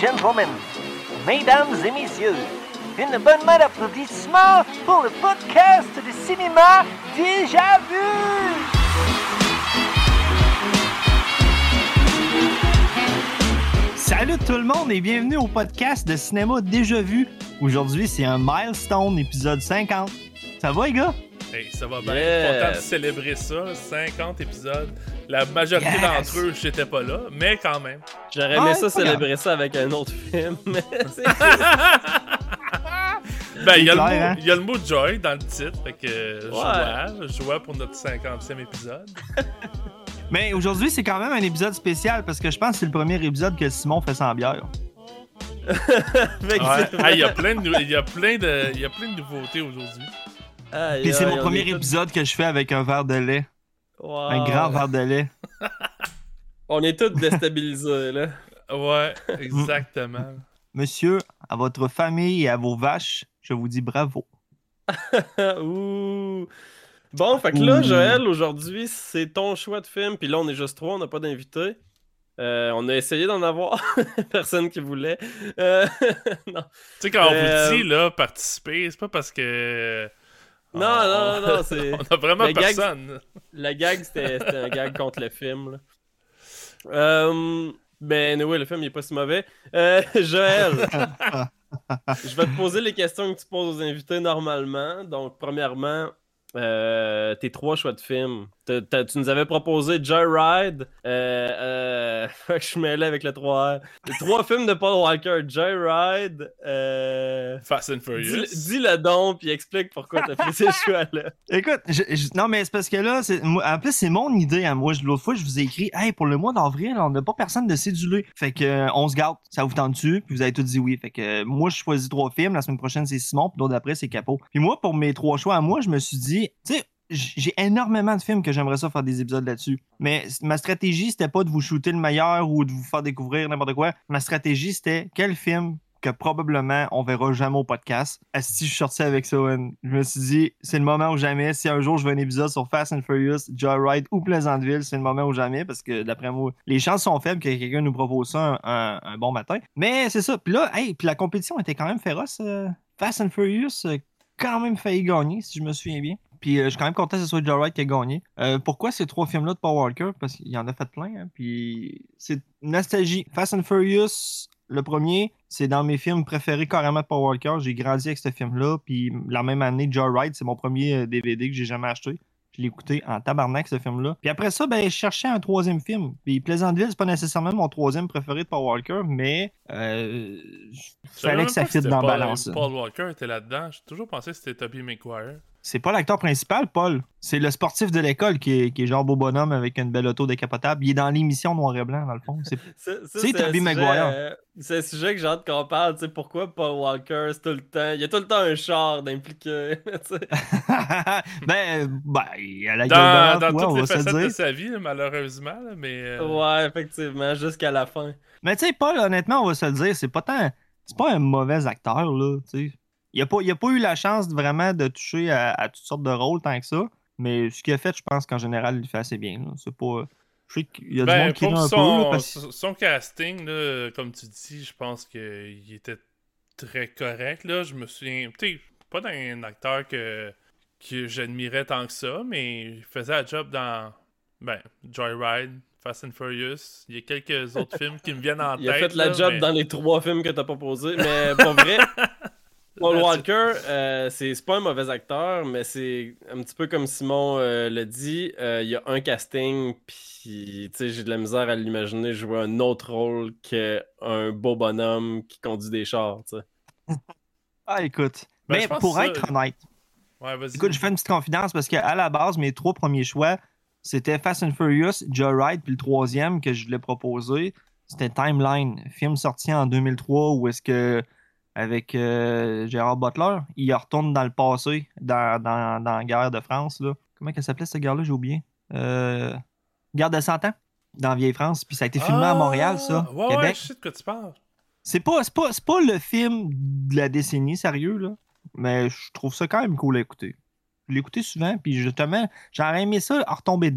gentlemen, mesdames et messieurs, une bonne main d'applaudissements pour le podcast de cinéma Déjà Vu! Salut tout le monde et bienvenue au podcast de cinéma Déjà Vu. Aujourd'hui, c'est un milestone, épisode 50. Ça va, les gars? Hey, ça va bien. Content de célébrer ça, 50 épisodes. La majorité d'entre eux, j'étais pas là, mais quand même. J'aurais aimé ça célébrer ça avec un autre film, mais c'est... Ben, il y a le mot Joy dans le titre, fait que joie pour notre 50e épisode. Mais aujourd'hui, c'est quand même un épisode spécial parce que je pense que c'est le premier épisode que Simon fait sans bière. Il y a plein de nouveautés aujourd'hui. Puis c'est mon premier épisode que je fais avec un verre de lait. Wow. Un grand verre de lait. On est tous déstabilisés, là. Ouais, exactement. Monsieur, à votre famille et à vos vaches, je vous dis bravo. Ouh. Bon, fait que là, Joël, aujourd'hui, c'est ton choix de film. Puis là, on est juste trois, on n'a pas d'invité. On a essayé d'en avoir. Personne qui voulait. Non. Tu sais, quand on vous dit, là, participer, c'est pas parce que... Non, c'est... On a vraiment personne. La gag, c'était un gag contre le film, là. Ben, oui, le film, il est pas si mauvais. Joël, je vais te poser les questions que tu poses aux invités normalement. Donc, premièrement, tes trois choix de films. Tu nous avais proposé Joyride. Je me mêlais avec le 3R. Les trois films de Paul Walker. Joyride. Fast and Furious. Dis-le donc, puis explique pourquoi t'as fait ces choix-là. Écoute, non, mais c'est parce que là, en plus, c'est mon idée à moi. L'autre fois, je vous ai écrit, hey, pour le mois d'avril, on n'a pas personne de cédulé. Fait que, on se gâte. Ça vous tente dessus, puis vous avez tous dit oui. Fait que, moi, je choisis 3 films. La semaine prochaine, c'est Simon, puis l'autre d'après, c'est Capot. Puis moi, pour mes 3 choix à moi, je me suis dit, tu sais, j'ai énormément de films que j'aimerais ça faire des épisodes là-dessus. Mais ma stratégie, c'était pas de vous shooter le meilleur ou de vous faire découvrir n'importe quoi. Ma stratégie, c'était quel film que probablement on verra jamais au podcast. Si je suis sorti avec ça, je me suis dit, c'est le moment ou jamais. Si un jour je veux un épisode sur Fast and Furious, Joyride ou Pleasantville, c'est le moment ou jamais parce que d'après moi, les chances sont faibles que quelqu'un nous propose ça un bon matin. Mais c'est ça. Puis là, puis la compétition était quand même féroce. Fast and Furious quand même failli gagner, si je me souviens bien. Puis je suis quand même content que ce soit Joyride qui a gagné. Pourquoi ces 3 films-là de Paul Walker? Parce qu'il en a fait plein. Hein, puis c'est nostalgie. Fast and Furious, le premier, c'est dans mes films préférés carrément de Paul Walker. J'ai grandi avec ce film-là. Puis la même année, Joyride, c'est mon premier DVD que j'ai jamais acheté. Je l'ai écouté en tabarnak, ce film-là. Puis après ça, je cherchais un 3e film. Puis Pleasantville, c'est pas nécessairement mon 3e préféré de Paul Walker, mais fallait que ça fitte dans la balance. Paul Walker était là-dedans. J'ai toujours pensé que c'était Tobey Maguire. C'est pas l'acteur principal, Paul. C'est le sportif de l'école qui est genre beau bonhomme avec une belle auto décapotable. Il est dans l'émission Noir et Blanc, dans le fond. C'est Tobey Maguire. C'est un sujet que j'ai hâte qu'on parle. Tu sais, pourquoi Paul Walker, c'est tout le temps... Il y a tout le temps un char d'impliqué. Il a la gueule dans toutes les facettes de sa vie, malheureusement. Mais ouais, effectivement, jusqu'à la fin. Mais tu sais, Paul, honnêtement, on va se le dire, c'est pas un mauvais acteur, là, tu sais. Il a pas eu la chance vraiment de toucher à toutes sortes de rôles tant que ça. Mais ce qu'il a fait, je pense qu'en général, il fait assez bien. Là. C'est pas... Je sais qu'il y a du monde qui rit un peu. Là, son casting, là, comme tu dis, je pense qu'il était très correct. Là. Je me souviens... Tu sais, pas d'un acteur que j'admirais tant que ça, mais il faisait la job dans Joyride, Fast and Furious. Il y a quelques autres films qui me viennent en tête. Il a fait la job dans les 3 films que t'as proposés, mais pas vrai. Paul Walker, c'est pas un mauvais acteur, mais c'est un petit peu comme Simon l'a dit. Il y a un casting, puis j'ai de la misère à l'imaginer jouer un autre rôle qu'un beau bonhomme qui conduit des chars. T'sais. Écoute, mais pour être honnête, écoute, je fais une petite confidence parce qu'à la base, mes 3 premiers choix, c'était Fast and Furious, Joyride, puis le 3e que je voulais proposer, c'était Timeline, film sorti en 2003 où est-ce que avec Gérard Butler, il retourne dans le passé, dans la guerre de France. Là. Comment elle s'appelait cette guerre-là, j'ai oublié. Guerre de 100 ans, dans la vieille France. Puis ça a été filmé à Montréal, ça, Québec. Ouais, je sais de quoi tu parles. C'est pas le film de la décennie, sérieux, là. Mais je trouve ça quand même cool à écouter. Je l'écoutais souvent, puis justement, j'aurais aimé ça à retomber dedans.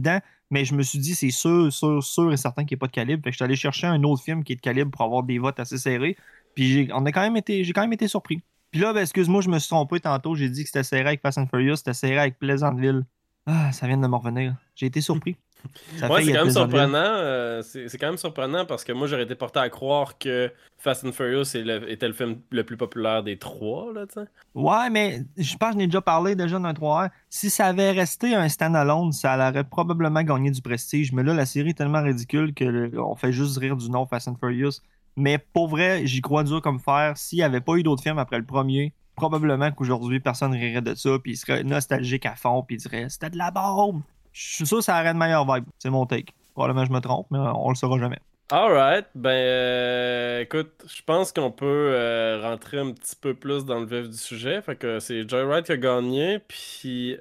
Mais je me suis dit, c'est sûr et certain qu'il n'y a pas de calibre. Fait que je suis allé chercher un autre film qui est de calibre pour avoir des votes assez serrés. Puis j'ai quand même été surpris. Puis là, ben, excuse-moi, je me suis trompé tantôt. J'ai dit que c'était serré avec Fast and Furious, c'était serré avec Pleasantville. Ah, ça vient de me revenir. J'ai été surpris. Ça Ouais, fait, il c'est y a quand même Pleasantville. surprenant. C'est quand même surprenant parce que moi, j'aurais été porté à croire que Fast and Furious était le film le plus populaire des trois, là, tu sais. Ouais, mais je pense que je n'ai déjà parlé déjà d'un 3R. Si ça avait resté un stand-alone, ça aurait probablement gagné du prestige. Mais là, la série est tellement ridicule on fait juste rire du nom Fast and Furious. Mais pour vrai, j'y crois dur comme fer. S'il n'y avait pas eu d'autres films après le premier, probablement qu'aujourd'hui, personne ne rirait de ça, puis il serait nostalgique à fond, puis il dirait c'était de la bombe. Je suis sûr que ça aurait une meilleure vibe. C'est mon take. Probablement je me trompe, mais on le saura jamais. Alright, ben écoute, je pense qu'on peut rentrer un petit peu plus dans le vif du sujet. Fait que c'est Joyride qui a gagné. Puis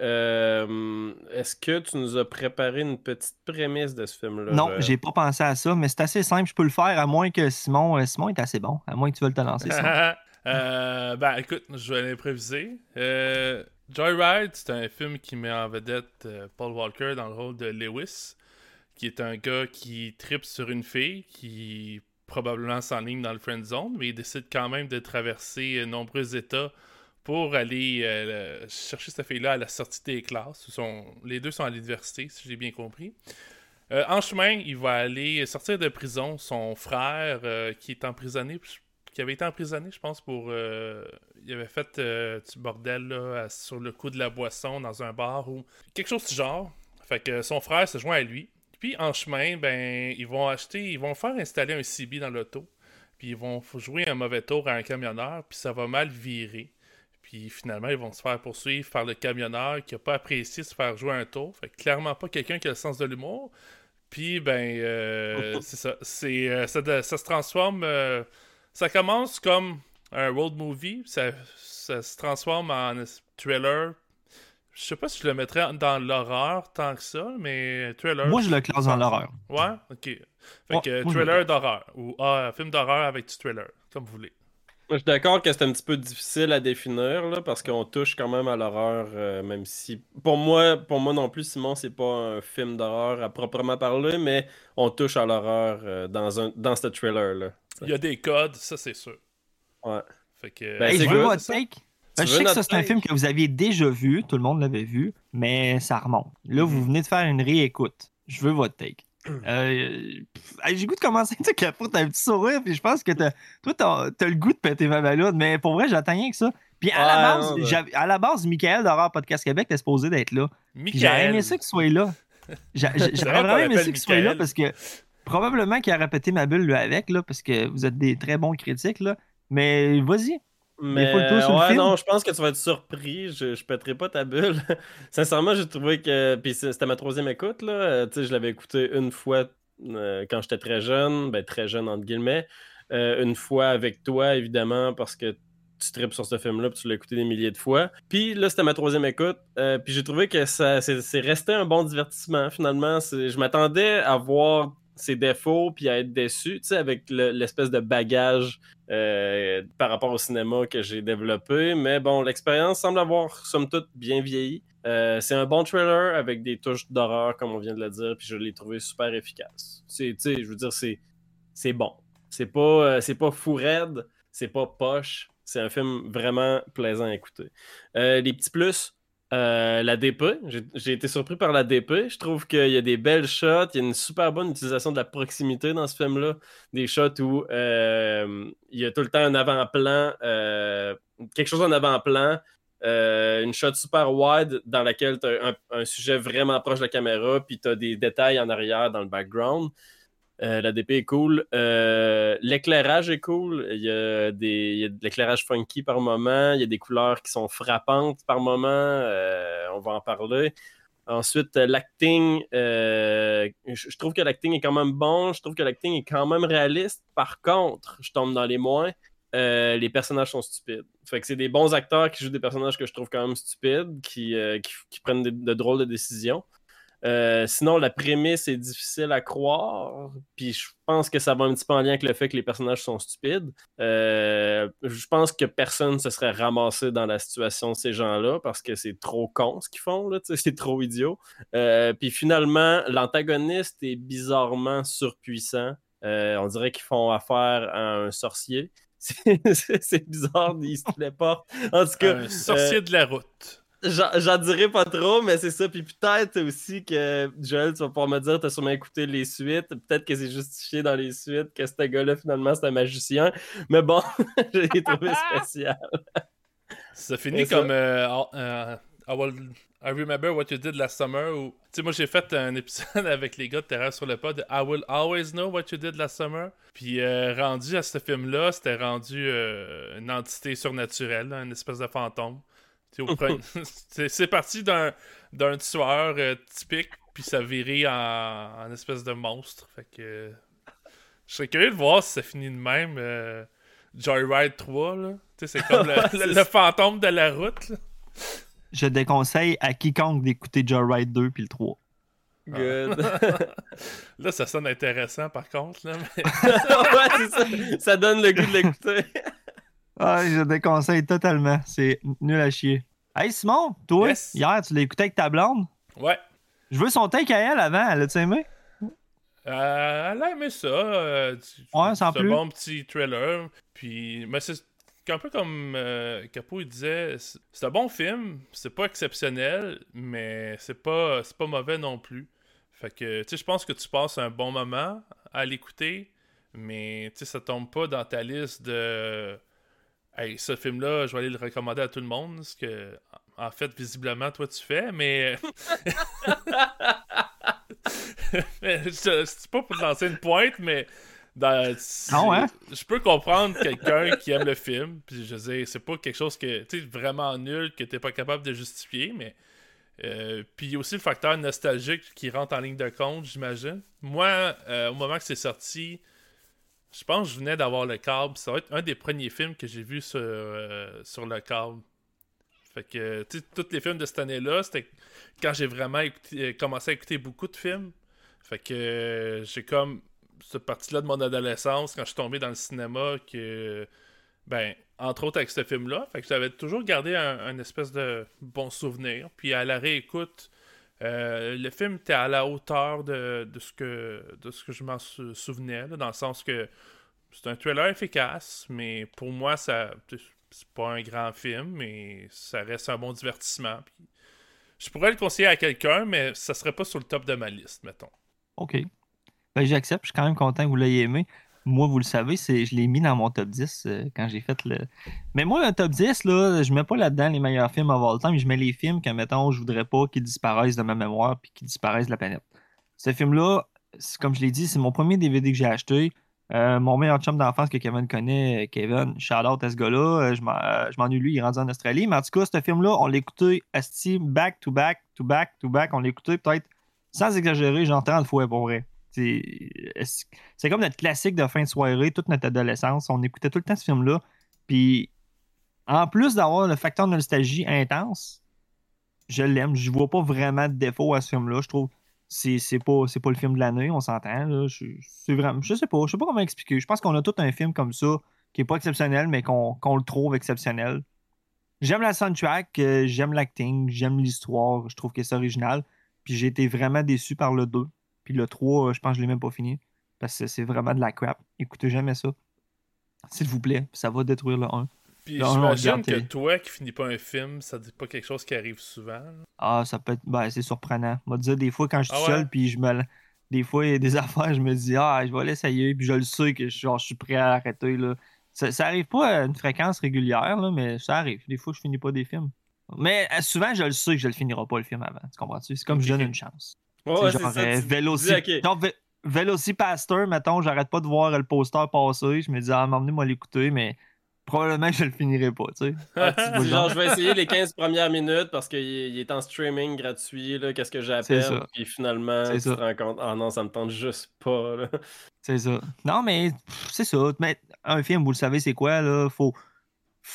est-ce que tu nous as préparé une petite prémisse de ce film-là, Non, Joël? j'ai pas pensé à ça, mais c'est assez simple, je peux le faire, à moins que Simon est assez bon. À moins que tu veuilles te lancer, Simon. Ben écoute, je vais l'improviser. Joyride, c'est un film qui met en vedette Paul Walker dans le rôle de Lewis, qui est un gars qui tripe sur une fille, qui probablement s'enligne dans le friend zone, mais il décide quand même de traverser nombreux états pour aller chercher cette fille-là à la sortie des classes. Les deux sont à l'université, si j'ai bien compris. En chemin, il va aller sortir de prison son frère qui est emprisonné, qui avait été emprisonné, je pense, il avait fait du bordel là, sur le coup de la boisson dans un bar ou quelque chose du genre. Fait que son frère se joint à lui. Puis en chemin, ben ils vont faire installer un CB dans l'auto. Puis faut jouer un mauvais tour à un camionneur, puis ça va mal virer. Puis finalement, ils vont se faire poursuivre par le camionneur qui a pas apprécié se faire jouer un tour. Fait que clairement pas quelqu'un qui a le sens de l'humour. Puis ben c'est ça. Ça se transforme. Ça commence comme un road movie. Ça se transforme en thriller. Je sais pas si je le mettrais dans l'horreur tant que ça, mais thriller. Moi, je le classe dans l'horreur. Ouais, ok. Fait Ouais, que moi, je le thriller d'horreur. Ou film d'horreur avec du thriller, comme vous voulez. Je suis d'accord que c'est un petit peu difficile à définir là, parce qu'on touche quand même à l'horreur, même si pour moi non plus, Simon, c'est pas un film d'horreur à proprement parler, mais on touche à l'horreur dans ce trailer là. Il y a des codes, ça c'est sûr. Ouais. Fait que. Ben, Hey, c'est je veux good, votre ça. take. Tu Je veux sais que ça, notre c'est un take? film que vous aviez déjà vu, tout le monde l'avait vu, mais ça remonte. Là, vous Mhm. venez de faire une réécoute. Je veux votre take. J'ai le goût de commencer à te capoter un petit sourire, puis je pense que toi, t'as le goût de péter ma ballade, mais pour vrai, j'attends rien que ça. Puis à la base, Michael d'Horreur Podcast Québec était supposé d'être là. Puis j'aurais aimé Michael. ça qu'il soit là. J'aurais C'est rare qu'on vraiment aimé ça l'appelle qu'il soit là Michael. parce que probablement qu'il aurait pété ma bulle lui avec, là, parce que vous êtes des très bons critiques, là. Mais vas-y, Mais défoule-toi sur le ouais, film. non, je pense que tu vas être surpris. Je pèterai pas ta bulle. Sincèrement, j'ai trouvé que. Puis c'était ma troisième écoute, là. Tu sais, je l'avais écouté une fois quand j'étais très jeune, ben très jeune entre guillemets. Une fois avec toi, évidemment, parce que tu tripes sur ce film-là, puis tu l'as écouté des milliers de fois. Puis là, c'était ma troisième écoute. Puis j'ai trouvé que c'est resté un bon divertissement, finalement. Je m'attendais à voir ses défauts, puis à être déçu, tu sais, avec l'espèce de bagage par rapport au cinéma que j'ai développé. Mais bon, l'expérience semble avoir, somme toute, bien vieilli. C'est un bon trailer avec des touches d'horreur, comme on vient de le dire, puis je l'ai trouvé super efficace. Tu sais, je veux dire, c'est bon. C'est pas fou raide, c'est pas poche. C'est un film vraiment plaisant à écouter. Les petits plus, la DP. J'ai été surpris par la DP. Je trouve qu'il y a des belles shots. Il y a une super bonne utilisation de la proximité dans ce film-là. Des shots où il y a tout le temps un avant-plan, quelque chose en avant-plan. Une shot super wide dans laquelle tu as un sujet vraiment proche de la caméra, puis tu as des détails en arrière dans le background. La DP est cool. L'éclairage est cool. Il y a de l'éclairage funky par moment. Il y a des couleurs qui sont frappantes par moment. On va en parler. Ensuite, l'acting. Je trouve que l'acting est quand même bon. Je trouve que l'acting est quand même réaliste. Par contre, je tombe dans les moins. Les personnages sont stupides. Fait que c'est des bons acteurs qui jouent des personnages que je trouve quand même stupides, qui prennent de drôles de décisions. Sinon, la prémisse est difficile à croire, puis je pense que ça va un petit peu en lien avec le fait que les personnages sont stupides. Je pense que personne ne se serait ramassé dans la situation de ces gens-là parce que c'est trop con ce qu'ils font, là, c'est trop idiot. Puis finalement, l'antagoniste est bizarrement surpuissant. On dirait qu'ils font affaire à un sorcier. C'est bizarre, il se téléporte. En tout cas, un sorcier de la route. J'en dirais pas trop, mais c'est ça. Puis peut-être aussi que, Joël, tu vas pouvoir me dire, t'as sûrement écouté les suites. Peut-être que c'est justifié dans les suites que ce gars-là, finalement, c'est un magicien. Mais bon, je l'ai trouvé spécial. Ça finit comme I remember what you did last summer. Tu sais, moi, j'ai fait un épisode avec les gars de Terreur sur le pod de I will always know what you did last summer. Puis rendu à ce film-là, c'était rendu une entité surnaturelle, une espèce de fantôme. C'est parti d'un tueur typique, puis ça virait en espèce de monstre. Fait que je serais curieux de voir si ça finit de même. Joyride 3, là. C'est comme le fantôme de la route. Là. Je déconseille à quiconque d'écouter Joyride 2 puis le 3. Good. Là, ça sonne intéressant par contre. Là, mais... ouais, c'est ça. Ça donne le goût de l'écouter. Je déconseille totalement. C'est nul à chier. Hey Simon, toi, hier, tu l'as écouté avec ta blonde? Ouais. Je veux son take à elle avant. Elle l'a-tu aimé? Elle a aimé ça. C'est un bon petit thriller. Puis, mais c'est un peu comme Capo il disait, c'est un bon film. C'est pas exceptionnel, mais c'est pas mauvais non plus. Fait que, tu sais, je pense que tu passes un bon moment à l'écouter, mais tu sais, ça tombe pas dans ta liste de... Hey, ce film-là, je vais aller le recommander à tout le monde, ce que, en fait, visiblement, toi, tu fais, mais... c'est pas pour te lancer une pointe, mais... Je peux comprendre quelqu'un qui aime le film, puis je veux dire, c'est pas quelque chose que, tu sais, vraiment nul, que t'es pas capable de justifier, mais... puis il y a aussi le facteur nostalgique qui rentre en ligne de compte, j'imagine. Moi, au moment que c'est sorti... Je pense que je venais d'avoir le câble. Ça va être un des premiers films que j'ai vu sur le câble. Fait que, tu sais, tous les films de cette année-là, c'était quand j'ai vraiment commencé à écouter beaucoup de films. Fait que j'ai comme cette partie-là de mon adolescence, quand je suis tombé dans le cinéma, que, ben, entre autres avec ce film-là, fait que j'avais toujours gardé un espèce de bon souvenir. Puis à la réécoute, le film était à la hauteur de ce que je m'en souvenais, là, dans le sens que c'est un thriller efficace, mais pour moi, c'est pas un grand film, mais ça reste un bon divertissement. Puis je pourrais le conseiller à quelqu'un, mais ça serait pas sur le top de ma liste, mettons. OK. Ben, j'accepte, je suis quand même content que vous l'ayez aimé. Moi, vous le savez, je l'ai mis dans mon top 10 quand j'ai fait le... Mais moi, un top 10, là, je mets pas là-dedans les meilleurs films of all time, je mets les films que, mettons, je voudrais pas qu'ils disparaissent de ma mémoire puis qu'ils disparaissent de la planète. Ce film-là, comme je l'ai dit, c'est mon premier DVD que j'ai acheté. Mon meilleur chum d'enfance que Kevin connaît, Kevin, shout-out à ce gars-là. Je m'ennuie, lui, il est rendu en Australie. Mais en tout cas, ce film-là, on l'a écouté asti, back to back, to back, to back. On l'a écouté peut-être, sans exagérer, genre 30 fois pour vrai. C'est comme notre classique de fin de soirée, toute notre adolescence. On écoutait tout le temps ce film-là. Puis, en plus d'avoir le facteur de nostalgie intense, je l'aime. Je vois pas vraiment de défaut à ce film-là. Je trouve que c'est pas le film de l'année, on s'entend. Là. C'est vraiment, je sais pas comment expliquer. Je pense qu'on a tout un film comme ça qui est pas exceptionnel, mais qu'on le trouve exceptionnel. J'aime la soundtrack, j'aime l'acting, j'aime l'histoire. Je trouve que c'est original. Puis j'ai été vraiment déçu par le 2. Puis le 3, je pense que je l'ai même pas fini. Parce que c'est vraiment de la crap. Écoutez jamais ça. S'il vous plaît. Ça va détruire le 1. Puis j'imagine que toi qui finis pas un film, ça n'est pas quelque chose qui arrive souvent. Là. Ça peut être... Ben, c'est surprenant. On va dire, des fois, quand je suis seul, puis des fois, il y a des affaires, je me dis, je vais l'essayer. Puis je le sais que je suis prêt à arrêter. Là. Ça arrive pas à une fréquence régulière, là, mais ça arrive. Des fois, je finis pas des films. Mais souvent, je le sais que je le finirai pas le film avant. Tu comprends-tu? C'est comme je donne une chance. Ouais, genre, c'est ça. Velocipaster, mettons, j'arrête pas de voir le poster passer. Je me dis, m'emmener-moi l'écouter, mais probablement que je le finirai pas, tu sais. Genre, je vais essayer les 15 premières minutes parce qu'il est en streaming gratuit, là, qu'est-ce que j'appelle, puis finalement, tu te rends compte, non, ça me tente juste pas, là. C'est ça. Non, mais c'est ça. Mais un film, vous le savez, c'est quoi, là? Faut que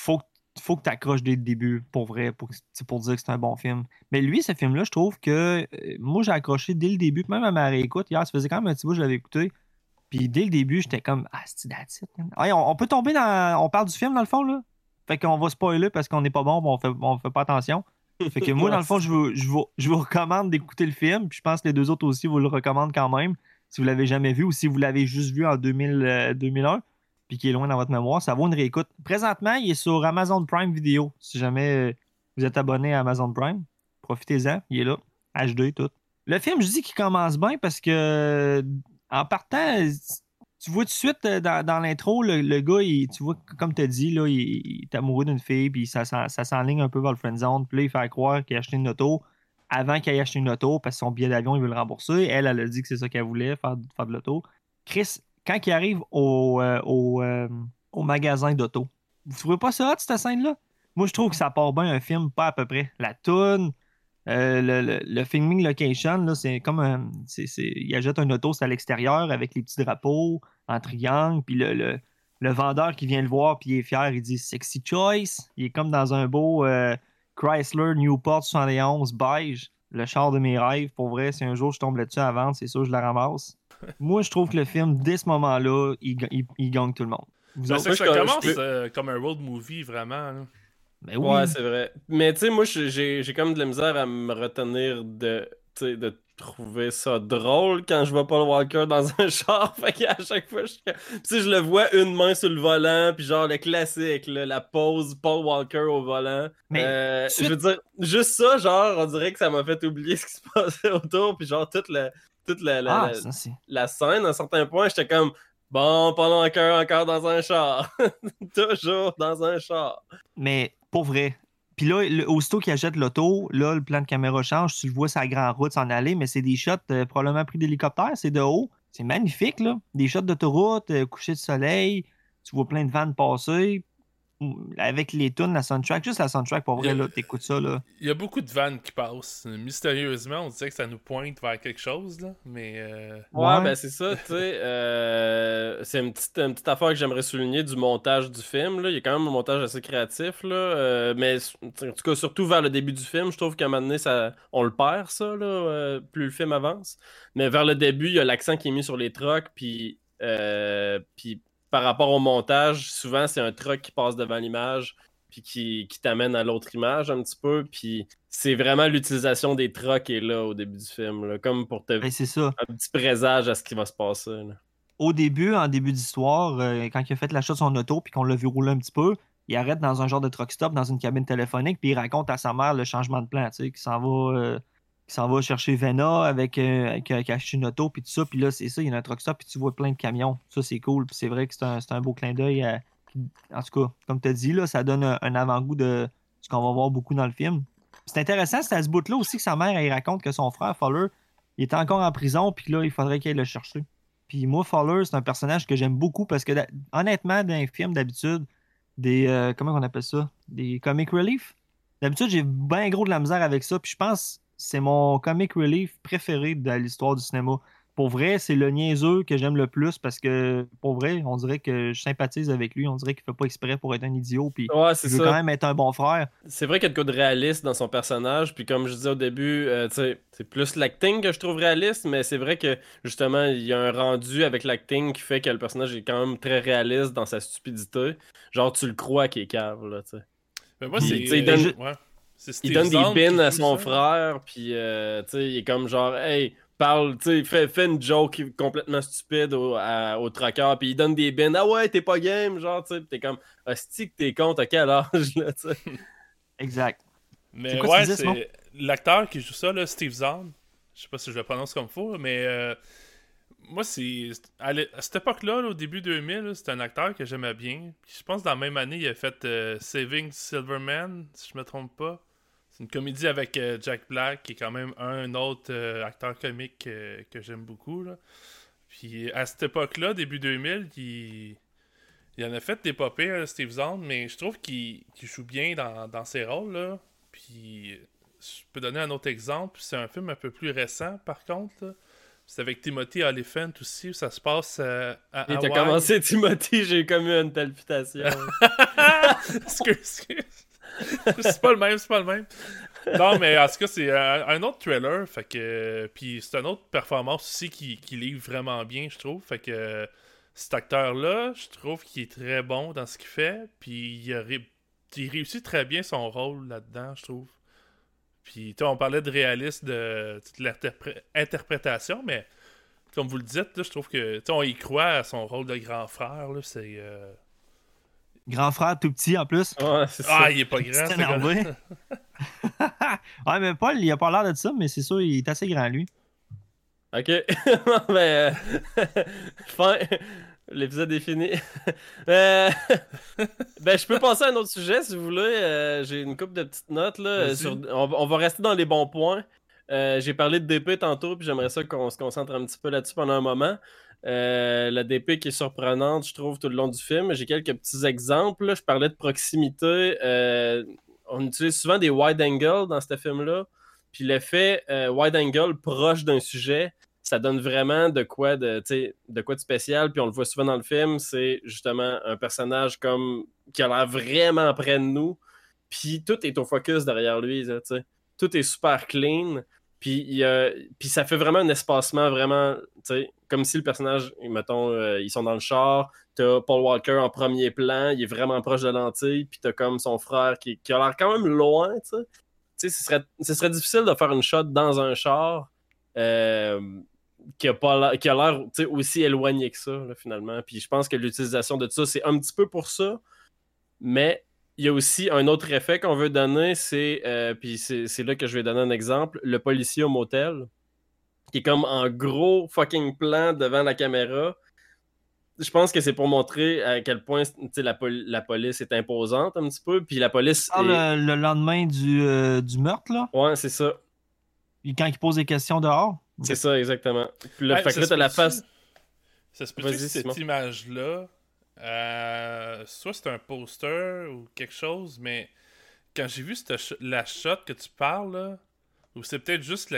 faut que tu accroches dès le début, pour vrai, pour dire que c'est un bon film. Mais lui, ce film-là, je trouve que moi, j'ai accroché dès le début, puis même à ma réécoute, hier, ça faisait quand même un petit bout que je l'avais écouté. Puis dès le début, j'étais comme, ah, c'est that's it, man. Hey, on peut tomber dans. On parle du film, dans le fond, là. Fait qu'on va spoiler parce qu'on n'est pas bon, on fait pas attention. Fait que moi, dans le fond, je vous recommande d'écouter le film. Puis je pense que les deux autres aussi vous le recommandent quand même. Si vous l'avez jamais vu ou si vous l'avez juste vu en 2001, puis qui est loin dans votre mémoire, ça vaut une réécoute. Présentement, il est sur Amazon Prime Video. Si jamais vous êtes abonné à Amazon Prime, profitez-en. Il est là. HD, tout. Le film, je dis qu'il commence bien parce que en partant, tu vois tout de suite dans l'intro, le gars, tu vois, comme tu as dit, là, il est amoureux d'une fille, puis ça s'enligne un peu vers le friendzone. Puis là, il fait croire qu'il a acheté une auto avant qu'il ait acheté une auto parce que son billet d'avion, il veut le rembourser. Elle a dit que c'est ça qu'elle voulait, faire de l'auto. Chris, quand il arrive au magasin d'auto, vous trouvez pas ça hot, cette scène-là? Moi, je trouve que ça part bien un film, pas à peu près. La toune, le filming location, là, c'est comme il achète un auto, c'est à l'extérieur avec les petits drapeaux en triangle, puis le vendeur qui vient le voir, puis il est fier, il dit Sexy Choice. Il est comme dans un beau Chrysler Newport 71 beige, le char de mes rêves. Pour vrai, si un jour je tombe là-dessus à vendre, c'est sûr que je la ramasse. Moi, je trouve que le film, dès ce moment-là, il gagne tout le monde. Ben, c'est que ça commence comme un road movie, vraiment. Là. Ben oui. Ouais, c'est vrai. Mais tu sais, moi, j'ai comme de la misère à me retenir de trouver ça drôle quand je vois Paul Walker dans un char. Fait qu'à chaque fois, je le vois une main sur le volant, puis genre le classique, là, la pose Paul Walker au volant. Mais je veux dire, juste ça, genre, on dirait que ça m'a fait oublier ce qui se passait autour, puis genre toute la scène, à un certain point, j'étais comme bon, Paul Walker encore dans un char. Toujours dans un char. Mais pour vrai. Puis là, aussitôt qu'il achète l'auto, là, le plan de caméra change. Tu le vois sur la grande route s'en aller, mais c'est des shots probablement pris d'hélicoptère. C'est de haut. C'est magnifique, là. Des shots d'autoroute, coucher de soleil. Tu vois plein de vannes passer. Avec les tunes, la soundtrack. Juste la soundtrack, pour vrai, là, t'écoutes ça, là. Il y a beaucoup de vannes qui passent. Mystérieusement, on dirait que ça nous pointe vers quelque chose, là. Mais. Ouais, ben c'est ça, tu sais. C'est une petite affaire que j'aimerais souligner du montage du film, là. Il y a quand même un montage assez créatif, là. Mais en tout cas, surtout vers le début du film, je trouve qu'à un moment donné, on le perd, ça, là, plus le film avance. Mais vers le début, il y a l'accent qui est mis sur les trucks, puis par rapport au montage, souvent, c'est un truck qui passe devant l'image puis qui t'amène à l'autre image un petit peu. Puis c'est vraiment l'utilisation des trucks qui est là au début du film, là, comme pour te Ben, c'est ça. un petit présage à ce qui va se passer. Là. Au début, en début d'histoire, quand il a fait l'achat de son auto puis qu'on l'a vu rouler un petit peu, il arrête dans un genre de truck stop, dans une cabine téléphonique, puis il raconte à sa mère le changement de plan, tu sais, qu'il s'en va chercher Vena avec qui a acheté une auto, puis tout ça. Puis là, c'est ça, il y a un truck stop, puis tu vois plein de camions. Ça, c'est cool. Puis c'est vrai que c'est un beau clin d'œil. En tout cas, comme tu as dit, là, ça donne un avant-goût de ce qu'on va voir beaucoup dans le film. C'est intéressant, c'est à ce bout-là aussi que sa mère, elle raconte que son frère, Fowler, il était encore en prison, puis là, il faudrait qu'il aille le chercher. Puis moi, Fowler, c'est un personnage que j'aime beaucoup parce que, honnêtement, dans les films, d'habitude, comment on appelle ça? Des comic relief. D'habitude, j'ai bien gros de la misère avec ça, puis je pense c'est mon comic relief préféré de l'histoire du cinéma. Pour vrai, c'est le niaiseux que j'aime le plus parce que, pour vrai, on dirait que je sympathise avec lui. On dirait qu'il fait pas exprès pour être un idiot. Puis ouais, il veut quand même être un bon frère. C'est vrai qu'il y a de quoi de réaliste dans son personnage. Puis comme je disais au début, c'est plus l'acting que je trouve réaliste. Mais c'est vrai que, justement, il y a un rendu avec l'acting qui fait que le personnage est quand même très réaliste dans sa stupidité. Genre, tu le crois qu'il est cave, là, tu sais. Mais moi, c'est... Il donne des bins à son frère, puis tu sais, il est comme genre, hey, parle, tu sais, fait une joke complètement stupide au tracker, puis il donne des bins, ah ouais, t'es pas game, genre, tu sais, t'es comme, hostie que t'es con, à quel âge, là, tu sais. Exact. Mais ouais, c'est l'acteur qui joue ça, là, Steve Zahn, je sais pas si je le prononce comme faut, mais moi, c'est à cette époque-là, là, au début 2000, c'est un acteur que j'aimais bien. Puis je pense que dans la même année, il a fait Saving Silverman, si je me trompe pas. C'est une comédie avec Jack Black, qui est quand même un autre acteur comique que j'aime beaucoup. Là. Puis à cette époque-là, début 2000, il en a fait des pas pires, Steve Zahn, mais je trouve qu'il joue bien dans ses rôles. Là. Puis je peux donner un autre exemple. C'est un film un peu plus récent, par contre. Là. C'est avec Timothy Olyphant aussi, où ça se passe à Et Hawaï. t'as commencé Timothy, j'ai comme eu une palpitation. Excuse. C'est pas le même. Non, mais en tout cas, c'est un autre thriller. Fait que. Puis c'est une autre performance aussi qui livre vraiment bien, je trouve. Fait que cet acteur-là, je trouve qu'il est très bon dans ce qu'il fait. Puis il réussit très bien son rôle là-dedans, je trouve. Puis, on parlait de réalisme de l'interprétation, mais comme vous le dites, là, je trouve que on y croit à son rôle de grand frère. Là, c'est. Grand frère tout petit en plus. Ouais, c'est ça. Il est pas grand, C'est ce gars. énervé. Ouais, mais Paul, il a pas l'air de ça, mais c'est sûr, il est assez grand, lui. Ok. Non, mais. Fin. L'épisode est fini. Ben, je peux passer à un autre sujet si vous voulez. J'ai une couple de petites notes. Là, on va rester dans les bons points. J'ai parlé de DP tantôt, puis j'aimerais ça qu'on se concentre un petit peu là-dessus pendant un moment. La DP qui est surprenante, je trouve, tout le long du film. J'ai quelques petits exemples. Là. Je parlais de proximité. On utilise souvent des wide angles dans ce film-là. Puis l'effet wide angle proche d'un sujet, ça donne vraiment de quoi de spécial. Puis on le voit souvent dans le film, c'est justement un personnage qui a l'air vraiment près de nous. Puis tout est au focus derrière lui. Là, tout est super clean. Puis ça fait vraiment un espacement vraiment, comme si le personnage, mettons, ils sont dans le char, t'as Paul Walker en premier plan, il est vraiment proche de l'Antille, puis t'as comme son frère qui a l'air quand même loin, tu sais. Ce serait difficile de faire une shot dans un char qui a l'air aussi éloigné que ça, là, finalement. Puis je pense que l'utilisation de ça, c'est un petit peu pour ça, mais il y a aussi un autre effet qu'on veut donner, puis c'est là que je vais donner un exemple, le policier au motel, qui est comme en gros fucking plan devant la caméra. Je pense que c'est pour montrer à quel point la police est imposante un petit peu, puis la police le lendemain du meurtre, là, Ouais, c'est ça. quand il pose des questions dehors. C'est ça, exactement. Puis là, fait que là, t'as la face... Ça se peut-tu que cette image-là, soit c'est un poster ou quelque chose, mais quand j'ai vu la shot que tu parles, là, ou c'est peut-être juste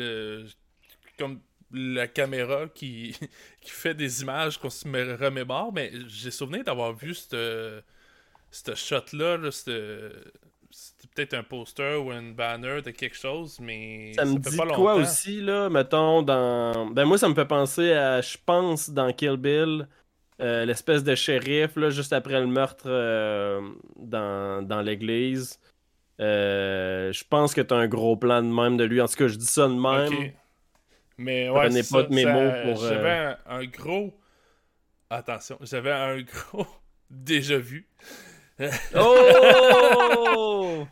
comme la caméra qui fait des images qu'on se remémore, mais j'ai souvenir d'avoir vu cette shot-là, c'était peut-être un poster ou un banner de quelque chose, mais ça me fait dit pas longtemps. Quoi aussi, là, mettons, Ben moi, ça me fait penser à, je pense, dans Kill Bill, l'espèce de shérif, là, juste après le meurtre dans l'église. Je pense que t'as un gros plan de même de lui. En tout cas, je dis ça de même. Okay. Mais ouais, prenez pas de mes mots pour... J'avais un gros... Attention, j'avais un gros déjà vu. Oh!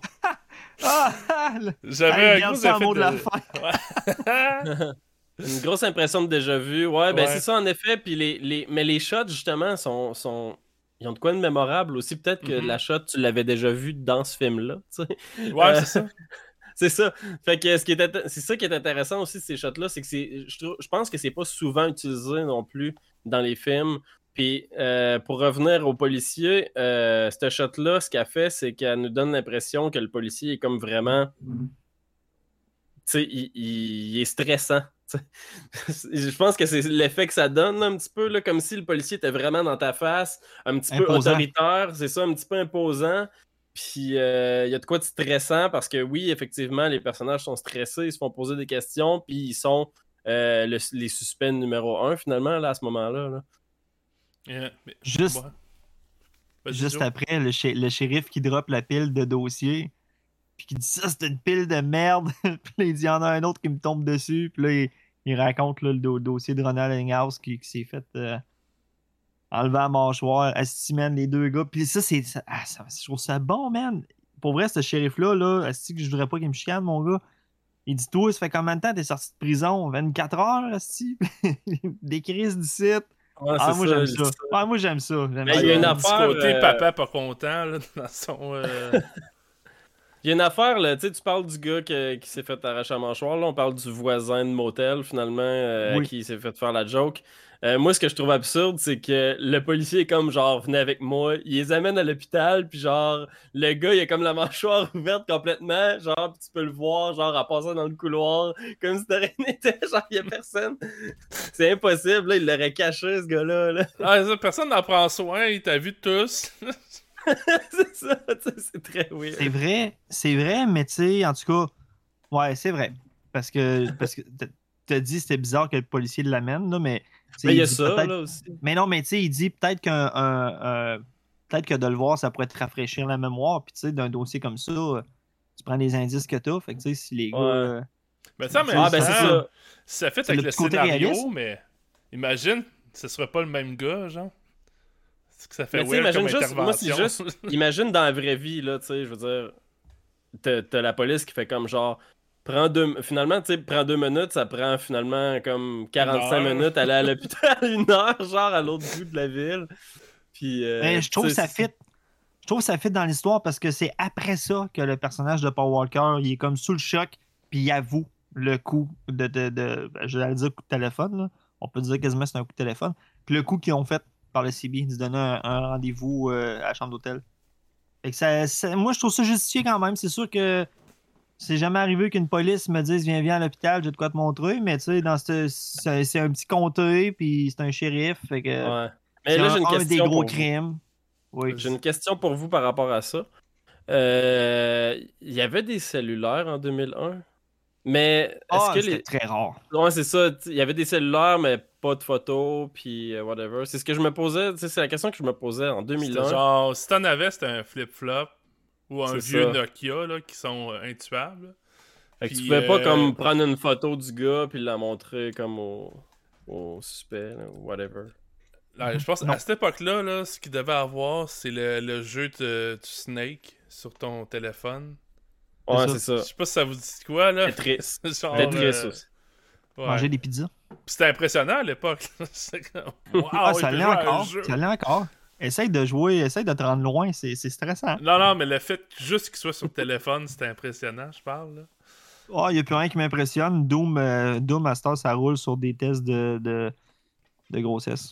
J'avais un gros effet mot de la fin. Une grosse impression de déjà vu. Ouais, ben c'est ça en effet. Puis mais les shots, justement, ils ont de quoi de mémorable aussi. Peut-être que la shot, tu l'avais déjà vu dans ce film-là. Ouais, c'est ça. C'est ça. Fait que c'est ça qui est intéressant aussi de ces shots-là, c'est que je pense que c'est pas souvent utilisé non plus dans les films. Puis pour revenir au policier, cette shot-là, ce qu'elle fait, c'est qu'elle nous donne l'impression que le policier est comme vraiment... Tu sais, il est stressant. Je pense que c'est l'effet que ça donne un petit peu, là, comme si le policier était vraiment dans ta face, un petit peu autoritaire, c'est ça, un petit peu imposant. Puis il y a de quoi de stressant parce que oui, effectivement, les personnages sont stressés, ils se font poser des questions, puis ils sont les suspects numéro 1 finalement là, à ce moment-là. Là. Yeah, juste après, le shérif qui drop la pile de dossiers, puis qui dit ça, c'est une pile de merde. Puis là, il dit il y en a un autre qui me tombe dessus, puis là, il raconte là, le dossier de Ronald Enghouse qui s'est fait enlever à mâchoire, asti, man, les deux gars. Puis ça, je trouve ça bon, man. Pour vrai, ce shérif-là, asti, que je voudrais pas qu'il me chicane, mon gars. Il dit, toi, ça fait combien de temps t'es sorti de prison? 24 heures, asti? Des crises d'ici. Ouais, moi, j'aime ça. Ah, moi, j'aime ça. Il y a une affaire... côté papa pas content, là, dans son... Il y a une affaire, là, tu sais, tu parles du gars qui s'est fait arracher la mâchoire, là, on parle du voisin de motel, finalement, à Oui. qui s'est fait faire la joke. Moi, ce que je trouve absurde, c'est que le policier est comme, genre, venez avec moi, il les amène à l'hôpital, puis genre, le gars, il a comme la mâchoire ouverte complètement, genre, puis tu peux le voir, genre, en passant dans le couloir, comme si de rien n'était, genre, il y a personne. C'est impossible, là, il l'aurait caché, ce gars-là, là. Ah, ça, personne n'en prend soin, il t'a vu tous. C'est ça, tu sais, c'est très weird. C'est vrai, mais tu sais, en tout cas, ouais, c'est vrai. Parce que t'as dit que c'était bizarre que le policier l'amène, là, mais. Mais il y a dit ça, peut-être- là, aussi. Mais non, mais tu sais, il dit peut-être peut-être que de le voir, ça pourrait te rafraîchir la mémoire. Puis tu sais, d'un dossier comme ça, tu prends les indices que t'as. Fait que tu sais, si les gars. Ouais. Mais ça, mais Ah, ben c'est ça. ça fait C'est avec le le petit côté scénario, réaliste. mais imagine, ce serait pas le même gars, genre. C'est que ça fait Mais tu sais, weird comme imagine juste, moi, c'est intervention. juste, imagine dans la vraie vie, là, tu sais, je veux dire, t'as la police qui fait comme genre, finalement, tu sais, prends 2 minutes, ça prend finalement comme 45 Une heure. minutes, aller à l'hôpital, 1 heure, genre, à l'autre bout de la ville. Puis, Mais je trouve tu que sais, ça fit. Je trouve que ça fit dans l'histoire parce que c'est après ça que le personnage de Paul Walker, il est comme sous le choc, puis il avoue le coup je vais dire coup de téléphone, là. On peut dire quasiment que c'est un coup de téléphone. Puis le coup qu'ils ont fait par le CB, de se donner un rendez-vous à la chambre d'hôtel. Fait que moi, je trouve ça justifié quand même. C'est sûr que c'est jamais arrivé qu'une police me dise viens à l'hôpital, j'ai de quoi te montrer, mais tu sais, c'est un petit comté, puis c'est un shérif. Fait que ouais. Mais c'est là, j'ai une un des question gros pour vous. crimes. Oui. J'ai une question pour vous par rapport à ça. Il y avait des cellulaires en 2001, mais est-ce que C'était très rare. Ouais, c'est ça. Il y avait des cellulaires, mais pas de photos, puis whatever. C'est ce que je me posais. C'est la question que je me posais en C'était 2001. genre, si t'en avais, c'était un flip-flop ou un C'est vieux ça. Nokia là, qui sont intuables. Fait que tu Puis, pouvais pas comme prendre une photo du gars puis la montrer comme au suspect, là, ou whatever. là, je pense Non. à cette époque-là, là, ce qu'il devait avoir, c'est le jeu du Snake sur ton téléphone. Ouais, ça. c'est ça. Je sais pas si ça vous dit quoi, là. Tetris. Genre, Tetris aussi. ouais. Manger des pizzas. Puis c'était impressionnant à l'époque. C'est comme, wow, Ah, il ça peut l'est jouer à un encore. jeu. Ça l'est encore. Essaye de jouer, essaye de te rendre loin, c'est stressant. Non, mais le fait juste qu'il soit sur le téléphone, c'était impressionnant, je parle. Là. Il n'y a plus rien qui m'impressionne. Doom à cette heure, ça roule sur des tests de grossesse.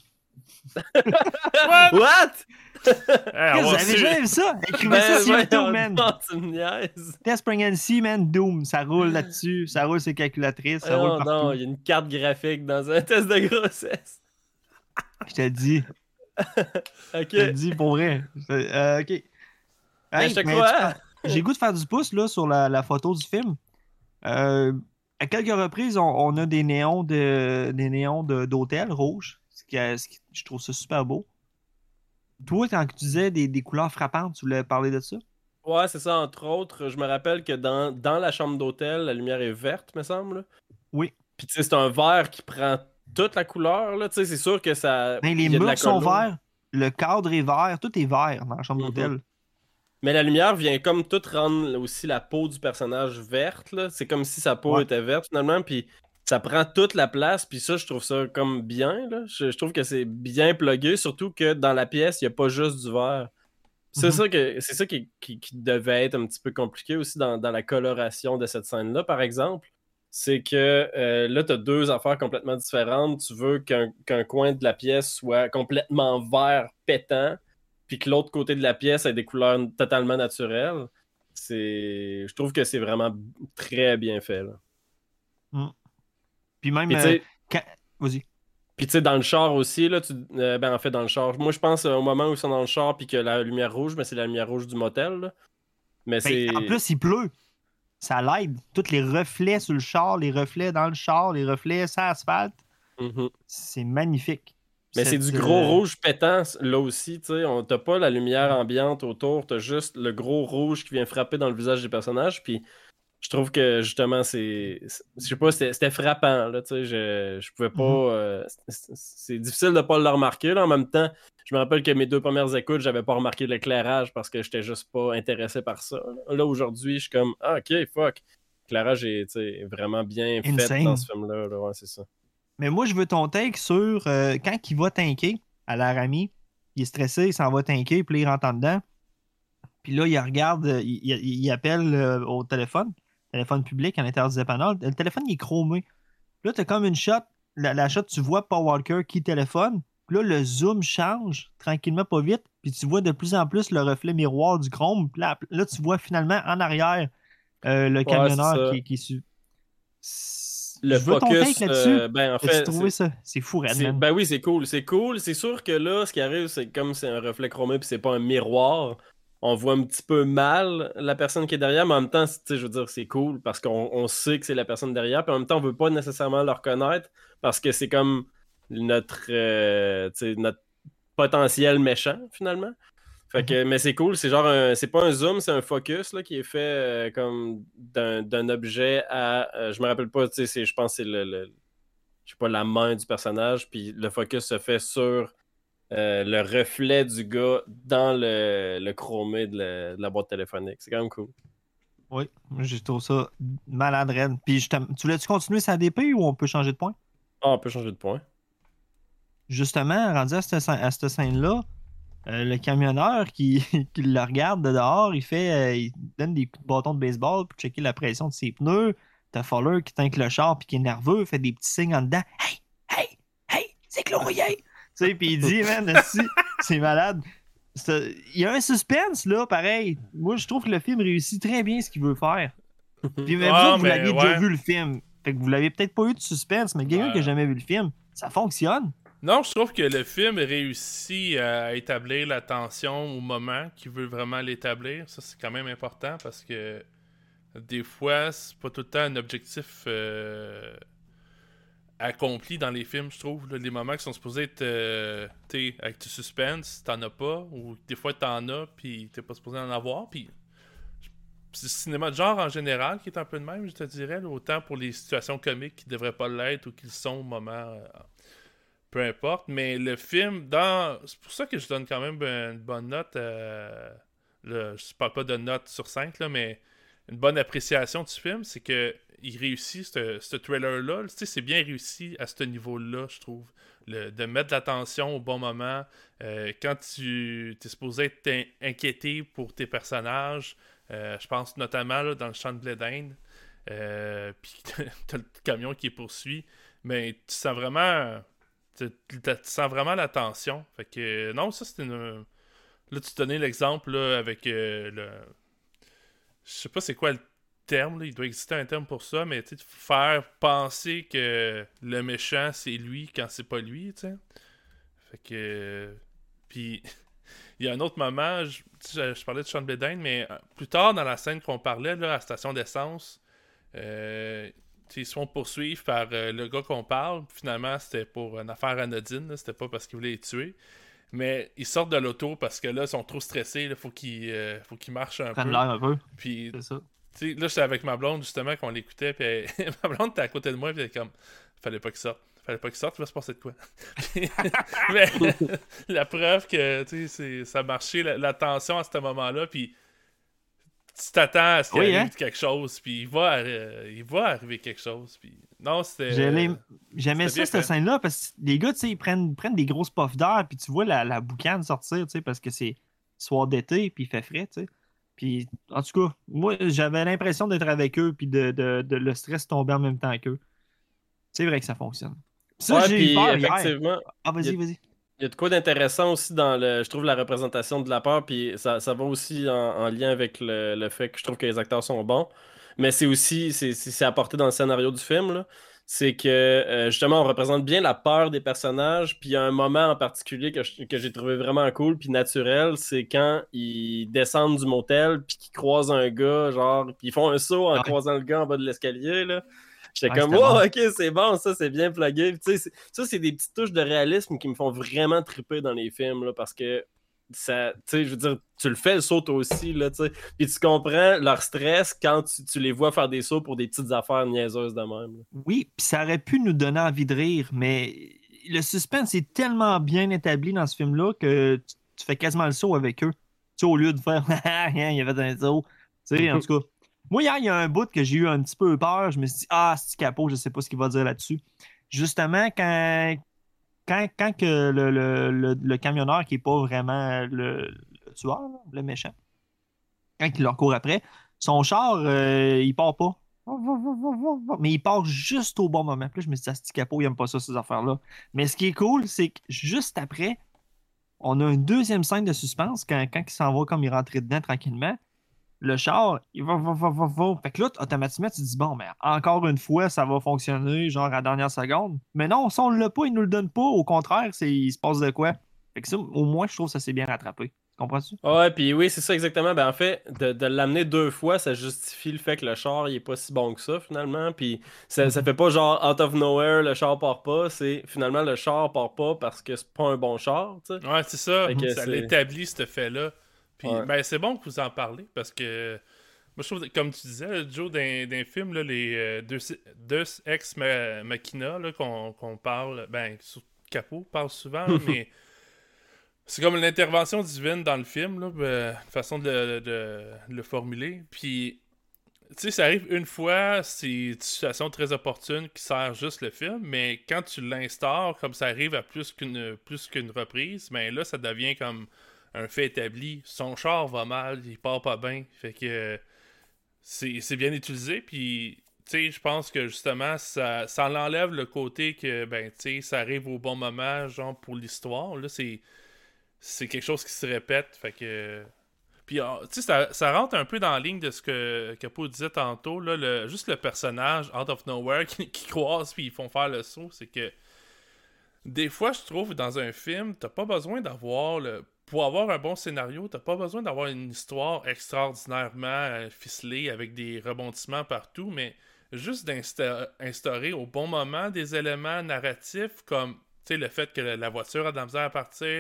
What? Hey, Vous on va avez su- jamais vu ça? Écrivez ça sur YouTube, man. non, tu me niaises. Test pregnancy, man. Doom, ça roule là-dessus. Ça roule sur les calculatrices, ça roule Non, partout. non, il y a une carte graphique dans un test de grossesse. Je te le dis. Ok. Je te le dis pour vrai. OK. Ben, Hey, je te mais crois. j'ai le goût de faire du pouce là, sur la photo du film. À quelques reprises, on a des néons d'hôtel rouges. Je trouve ça super beau. Toi, quand tu disais des couleurs frappantes, tu voulais parler de ça? Ouais, c'est ça, entre autres. Je me rappelle que dans la chambre d'hôtel, la lumière est verte, me semble. Oui. Puis tu sais, c'est un vert qui prend toute la couleur, là. Tu sais, c'est sûr que ça. Ben, les il y a de la murs sont colo. verts, le cadre est vert, tout est vert dans la chambre Mhm. d'hôtel. Mais la lumière vient comme tout rendre aussi la peau du personnage verte, là. C'est comme si sa peau Ouais. était verte, finalement. Puis ça prend toute la place. Puis ça, je trouve ça comme bien, là. Je trouve que c'est bien plugué, surtout que dans la pièce, il n'y a pas juste du vert. C'est Mhm. ça qui devait être un petit peu compliqué aussi dans la coloration de cette scène-là, par exemple. C'est que là, tu as deux affaires complètement différentes. Tu veux qu'un coin de la pièce soit complètement vert pétant, puis que l'autre côté de la pièce ait des couleurs totalement naturelles. Je trouve que c'est vraiment très bien fait, là. Puis même. Puis tu sais, Vas-y. Puis tu sais, dans le char aussi, là, en fait, dans le char. Moi, je pense au moment où ils sont dans le char puis que la lumière rouge, mais c'est la lumière rouge du motel, là. Mais c'est. En plus, il pleut. Ça l'aide. Tous les reflets sur le char, les reflets dans le char, les reflets sur l'asphalte. Mhm. C'est magnifique. Mais c'est du gros rouge pétant, là aussi, tu sais. T'as pas la lumière ambiante autour, t'as juste le gros rouge qui vient frapper dans le visage des personnages. Puis je trouve que justement, je sais pas, c'était frappant, là, tu sais. Je pouvais pas. C'est difficile de pas le remarquer, là. En même temps, je me rappelle que mes 2 premières écoutes, j'avais pas remarqué l'éclairage parce que j'étais juste pas intéressé par ça. Là, aujourd'hui, je suis comme, ah, ok, fuck. L'éclairage est, tu sais, vraiment bien fait Insane. dans ce film-là, là. Ouais, c'est ça. Mais moi, je veux ton take sur quand il va tanker à Laramie. Il est stressé, il s'en va tanker, puis là, il rentre en dedans. Puis là, il regarde, il appelle au téléphone public à l'intérieur du dépanneur. Le téléphone, il est chromé. Puis là, t'as comme une shot. La shot, tu vois Paul Walker qui téléphone. Puis là, le zoom change tranquillement, pas vite. Puis tu vois de plus en plus le reflet miroir du chrome. Puis là, tu vois finalement en arrière le camionneur qui est sur. Le Je veux ton focus, take là-dessus. ben en As-tu fait, trouvé ça? C'est fou, Redman. ben oui, c'est cool. C'est cool. C'est sûr que là, ce qui arrive, c'est comme c'est un reflet chromé puis c'est pas un miroir. On voit un petit peu mal la personne qui est derrière, mais en même temps, tu sais, je veux dire, c'est cool parce qu'on sait que c'est la personne derrière, puis en même temps, on veut pas nécessairement le reconnaître parce que c'est comme tu sais, notre potentiel méchant, finalement. Fait que, mais c'est cool, c'est genre c'est pas un zoom, c'est un focus là, qui est fait comme d'un objet à. Je me rappelle pas, tu sais, je pense que c'est je sais pas, la main du personnage, puis le focus se fait sur le reflet du gars dans le chromé de la boîte téléphonique. C'est quand même cool. Oui, je trouve ça malade, raide. Puis tu voulais-tu continuer sa DP ou on peut changer de point? Ah, on peut changer de point. Justement, rendu à cette scène-là, le camionneur qui le regarde de dehors, il donne des coups de bâton de baseball pour checker la pression de ses pneus. T'as Fowler qui t'inque le char puis qui est nerveux, fait des petits signes en dedans. Hey, hey, hey, c'est Chloé! Tu sais, puis il dit, man, c'est malade. Il y a un suspense, là, pareil. Moi, je trouve que le film réussit très bien ce qu'il veut faire. Puis même vous l'aviez déjà vu le film. Fait que vous l'avez peut-être pas eu de suspense, mais quelqu'un qui a jamais vu le film, ça fonctionne. Non, je trouve que le film réussit à établir la tension au moment qu'il veut vraiment l'établir. Ça, c'est quand même important parce que des fois, c'est pas tout le temps un objectif accompli dans les films, je trouve. Là, les moments qui sont supposés être avec du suspense, t'en as pas. Ou des fois, t'en as, puis t'es pas supposé en avoir. Puis c'est le cinéma de genre en général qui est un peu de même, je te dirais. Là, autant pour les situations comiques qui devraient pas l'être ou qui le sont au moment... peu importe, mais le film, c'est pour ça que je donne quand même une bonne note. Je parle pas de note sur 5, là, mais une bonne appréciation du film, c'est que il réussit, ce trailer-là. Tu sais, c'est bien réussi à ce niveau-là, je trouve. De mettre de l'attention au bon moment. Quand tu es supposé être inquiété pour tes personnages, je pense notamment là, dans le champ de blé d'Inde, puis t'as le camion qui poursuit, mais tu sens vraiment... Tu sens vraiment la tension. Fait que, non, ça, c'était une... Là, tu donnais l'exemple, là, avec le... Je sais pas c'est quoi le terme, là. Il doit exister un terme pour ça, mais, tu sais, faire penser que le méchant, c'est lui quand c'est pas lui, tu sais. Fait que... Puis, il y a un autre moment, je parlais de Sean Bedane, mais plus tard, dans la scène qu'on parlait, là, à la station d'essence, ils se font poursuivre par le gars qu'on parle. Finalement, c'était pour une affaire anodine. Là. C'était pas parce qu'ils voulaient les tuer. Mais ils sortent de l'auto parce que là, ils sont trop stressés. Il faut qu'ils marchent un peu. Prennent l'air un peu. Puis, c'est ça. Là, j'étais avec ma blonde, justement, qu'on l'écoutait. Puis ma blonde était à côté de moi. Puis elle était comme, fallait pas qu'il sorte. Il va se passer de quoi. Mais la preuve que ça marchait, la tension à ce moment-là. Puis tu t'attends à ce qu'il arrive quelque chose, puis il va arriver quelque chose. Puis non, c'était... J'aimais ça, cette scène-là, parce que les gars, tu sais, ils prennent des grosses puffs d'air, puis tu vois la boucane sortir, tu sais, parce que c'est soir d'été, puis il fait frais, tu sais. Puis, en tout cas, moi, j'avais l'impression d'être avec eux, puis de le stress tomber en même temps qu'eux. C'est vrai que ça fonctionne. Ça, j'ai eu peur effectivement, hier. Ah, vas-y. Il y a de quoi d'intéressant aussi dans je trouve la représentation de la peur, puis ça va aussi en lien avec le fait que je trouve que les acteurs sont bons, mais c'est aussi, c'est apporté dans le scénario du film, là. C'est que justement, on représente bien la peur des personnages, puis il y a un moment en particulier que j'ai trouvé vraiment cool, puis naturel, c'est quand ils descendent du motel, puis qu'ils croisent un gars, genre, puis ils font un saut en croisant le gars en bas de l'escalier, là. J'étais comme, wow, ok, c'est bon, ça, c'est bien plugué. Ça, c'est des petites touches de réalisme qui me font vraiment triper dans les films, là, parce que ça, tu sais, je veux dire, tu le fais le saut toi aussi, là, tu sais. Puis tu comprends leur stress quand tu les vois faire des sauts pour des petites affaires niaiseuses de même. Là. Oui, puis ça aurait pu nous donner envie de rire, mais le suspense est tellement bien établi dans ce film-là que tu fais quasiment le saut avec eux. Tu sais, au lieu de faire, il y avait un saut. Tu sais, en tout cas. Moi, hier, il y a un bout que j'ai eu un petit peu peur. Je me suis dit, c'est capot, je sais pas ce qu'il va dire là-dessus. Justement, quand que le camionneur qui est pas vraiment le tueur, le méchant, quand il leur court après, son char, il part pas. Mais il part juste au bon moment. Puis là, je me suis dit, Asti Capot, il aime pas ça, ces affaires-là. Mais ce qui est cool, c'est que juste après, on a une deuxième scène de suspense quand il s'en va comme il rentrait dedans tranquillement. Le char, il va. Fait que là, automatiquement, tu te dis, bon, mais encore une fois, ça va fonctionner, genre à la dernière seconde. Mais non, si on l'a pas, il nous le donne pas. Au contraire, il se passe de quoi? Fait que ça, au moins, je trouve que ça s'est bien rattrapé. Comprends-tu? Ouais, puis oui, c'est ça exactement. Ben, en fait, de l'amener deux fois, ça justifie le fait que le char, il est pas si bon que ça, finalement. Puis ça fait pas genre out of nowhere, le char part pas. C'est finalement le char part pas parce que c'est pas un bon char, tu sais. Ouais, c'est ça. Fait que Ça c'est. l'établit, ce fait-là. Puis, Ouais. ben, c'est bon que vous en parlez parce que, moi, je trouve, comme tu disais, Joe, dans film, là, les deux ex-machina qu'on parle, ben, sur Capot parle souvent, là, mais c'est comme une intervention divine dans le film, là, façon de le formuler. Puis, tu sais, ça arrive une fois, c'est une situation très opportune qui sert juste le film, mais quand tu l'instaures, comme ça arrive à plus qu'une reprise, ben là, ça devient comme un fait établi. Son char va mal, il part pas bien. Fait que c'est bien utilisé, puis tu sais, je pense que justement, ça l'enlève le côté que, ben, tu sais, ça arrive au bon moment, genre pour l'histoire. Là, c'est quelque chose qui se répète, fait que. Puis, tu sais, ça rentre un peu dans la ligne de ce que Capo disait tantôt, là, juste le personnage out of nowhere qui croise puis ils font faire le saut, c'est que des fois, je trouve, dans un film, t'as pas besoin d'avoir pour avoir un bon scénario, t'as pas besoin d'avoir une histoire extraordinairement ficelée avec des rebondissements partout, mais juste d'instaurer au bon moment des éléments narratifs comme, tu sais, le fait que la voiture a de la misère à partir,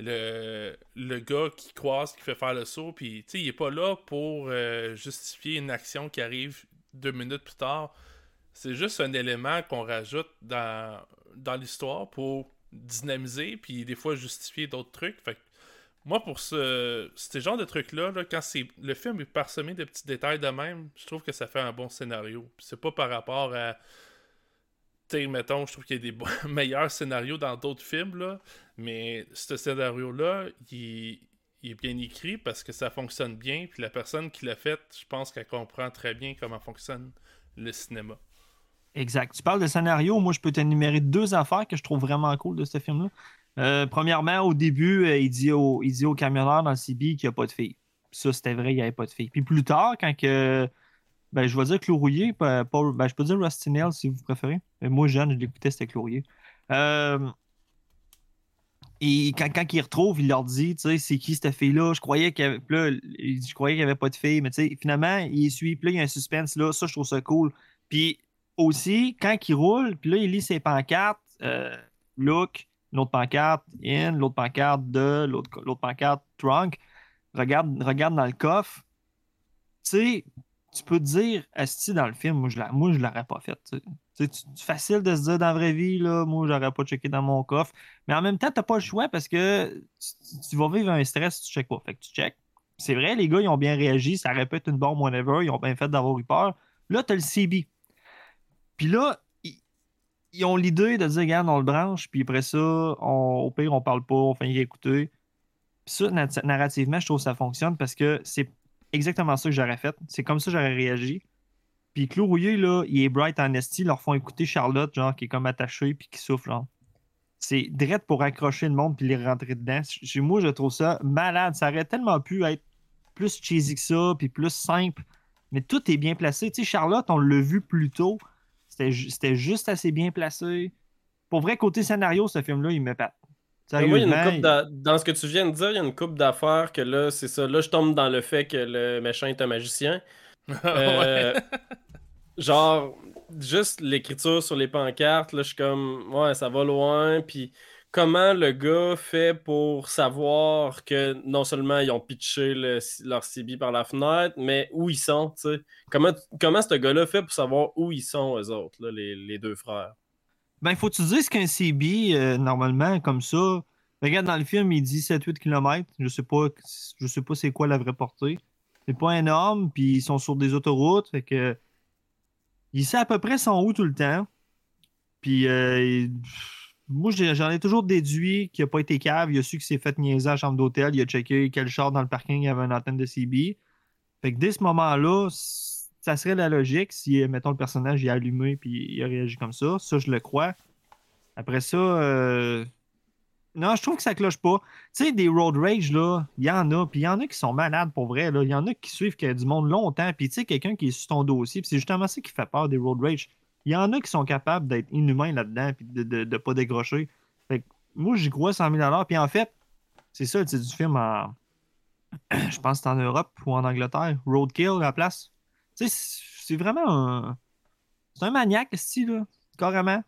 le gars qui croise, qui fait faire le saut, puis, tu sais, il est pas là pour justifier une action qui arrive 2 minutes plus tard. C'est juste un élément qu'on rajoute dans l'histoire pour dynamiser, puis des fois justifier d'autres trucs. Fait que moi, pour ces genres de trucs-là, là, quand le film est parsemé de petits détails de même, je trouve que ça fait un bon scénario. Puis c'est pas par rapport à. Tu sais, mettons, je trouve qu'il y a des meilleurs scénarios dans d'autres films, là, mais ce scénario-là, il est bien écrit parce que ça fonctionne bien, puis la personne qui l'a fait, je pense qu'elle comprend très bien comment fonctionne le cinéma. Exact. Tu parles de scénario, moi je peux t'énumérer deux affaires que je trouve vraiment cool de ce film-là. Premièrement, au début, il dit au camionneur dans le CB qu'il n'y a pas de fille. Ça, c'était vrai, il n'y avait pas de fille. Puis plus tard, ben, je vais dire Clos Rouillé, ben, je peux dire Rusty Nail si vous préférez. Mais moi, jeune, je l'écoutais, c'était Clos Rouillé. Euh, et quand il retrouve, il leur dit, tu sais, c'est qui cette fille-là? Je croyais qu'il y avait, puis là, il dit, je croyais qu'il n'y avait pas de fille, mais tu sais, finalement, il suit, puis là, il y a un suspense là, ça, je trouve ça cool. Puis aussi, quand il roule, puis là, il lit ses pancartes, look, une autre pancarte, in, l'autre pancarte, de, l'autre pancarte, trunk, regarde dans le coffre, tu sais, tu peux te dire, Asti, dans le film, moi, je l'aurais pas fait. Tu sais. C'est facile de se dire dans la vraie vie, là, moi, j'aurais pas checké dans mon coffre. Mais en même temps, t'as pas le choix parce que tu vas vivre un stress si tu checkes pas. Fait que tu checkes. C'est vrai, les gars, ils ont bien réagi, ça aurait pu être une bombe, whatever, ils ont bien fait d'avoir eu peur. Là, t'as le CB. Puis là, ils ont l'idée de dire, regarde, on le branche, puis après ça, au pire, on parle pas, on fait rien écouter. Puis ça, narrativement, je trouve que ça fonctionne parce que c'est exactement ça que j'aurais fait. C'est comme ça que j'aurais réagi. Puis Clos Rouillé, là, il est bright en esti. Ils leur font écouter Charlotte, genre, qui est comme attachée puis qui souffle, genre. C'est direct pour accrocher le monde puis les rentrer dedans. Chez moi, je trouve ça malade. Ça aurait tellement pu être plus cheesy que ça puis plus simple. Mais tout est bien placé. Tu sais, Charlotte, on l'a vu plus tôt. C'était juste assez bien placé. Pour vrai, côté scénario, ce film-là, il me pète. Mais moi, il y a une Sérieusement, dans ce que tu viens de dire, il y a une coupe d'affaires que là, c'est ça. Là, je tombe dans le fait que le méchant est un magicien. Ouais. Euh, genre, juste l'écriture sur les pancartes, là, je suis comme, ouais, ça va loin. Puis comment le gars fait pour savoir que non seulement ils ont pitché leur CB par la fenêtre, mais où ils sont, tu sais. Comment ce gars-là fait pour savoir où ils sont, eux autres, là, les deux frères? ben, faut que tu dises qu'un CB, normalement, comme ça, regarde dans le film, il dit 7-8 km. Je sais pas c'est quoi la vraie portée. C'est pas énorme, puis ils sont sur des autoroutes, fait que il sait à peu près son où tout le temps. Puis moi, j'en ai toujours déduit qu'il n'a pas été cave. Il a su qu'il s'est fait niaiser à la chambre d'hôtel. Il a checké quel char dans le parking il y avait une antenne de CB. Fait que dès ce moment-là, ça serait la logique si, mettons, le personnage il a allumé puis il a réagi comme ça. Ça, je le crois. Après ça, non, je trouve que ça cloche pas. Tu sais, des road rage, là, il y en a, puis il y en a qui sont malades pour vrai, là. Il y en a qui suivent du monde longtemps, puis tu sais, quelqu'un qui est sur ton dossier, puis c'est justement ça qui fait peur des road rage. Il y en a qui sont capables d'être inhumains là-dedans, puis de pas décrocher. Fait que moi, j'y crois 100 000 $. Puis en fait, c'est ça le titre du film en. Je pense que c'est en Europe ou en Angleterre. Roadkill à la place. Tu sais, c'est vraiment un. C'est un maniaque, ce là. Carrément.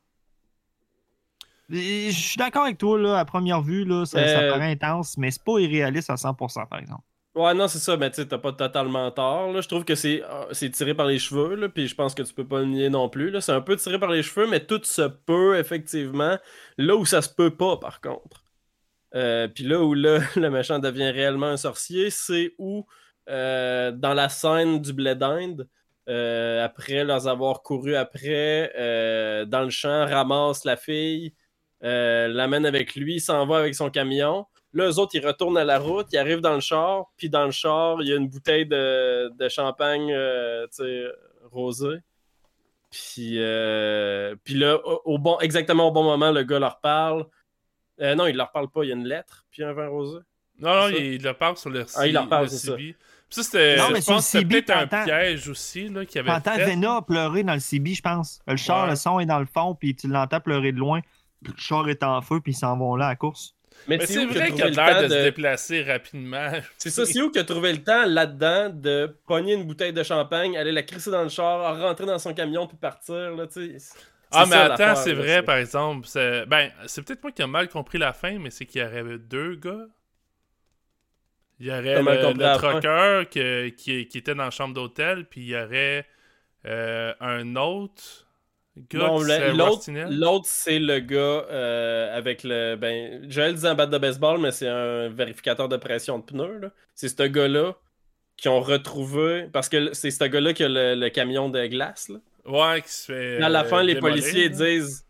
Je suis d'accord avec toi, là, à première vue, là, ça paraît intense, mais c'est pas irréaliste à 100%, par exemple. Ouais, non, c'est ça, mais tu sais, t'as pas totalement tort. Là. Je trouve que c'est tiré par les cheveux, là, puis je pense que tu peux pas le nier non plus. Là. C'est un peu tiré par les cheveux, mais tout se peut, effectivement. Là où ça se peut pas, par contre. Puis là où là, le méchant devient réellement un sorcier, c'est où, dans la scène du blé d'Inde, après leur avoir couru après, dans le champ, ramasse la fille, l'amène avec lui, s'en va avec son camion. Là, eux autres, ils retournent à la route, ils arrivent dans le char, puis dans le char, il y a une bouteille de champagne rosé. Puis là, exactement au bon moment, le gars leur parle. Non, il leur parle pas, il y a une lettre, puis un vin rosé. Non, il leur parle sur le CB. Il leur parle, c'est ça. Puis ça, c'était, non, mais je pense que c'était peut-être un t'entends... piège aussi là, qu'il avait T'entends fait. Vena pleurer dans le CB, je pense. Le char, le son est dans le fond, puis tu l'entends pleurer de loin. Le char est en feu, puis ils s'en vont là à la course. Mais c'est vrai qu'il a l'air de se déplacer rapidement. C'est ça, c'est où qu'il a trouvé le temps là-dedans de pogner une bouteille de champagne, aller la crisser dans le char, rentrer dans son camion puis partir, là, tu sais. Mais attends, c'est vrai, là, par exemple. C'est peut-être moi qui ai mal compris la fin, mais c'est qu'il y aurait deux gars. Il y aurait le trucker qui était dans la chambre d'hôtel, puis il y aurait un autre... Non, l'autre, c'est le gars avec le... Joël disait un bat de baseball, mais c'est un vérificateur de pression de pneus. Là. C'est ce gars-là qui ont retrouvé... Parce que c'est ce gars-là qui a le camion de glace. Là. Ouais, qui se fait... À la fin, les policiers disent...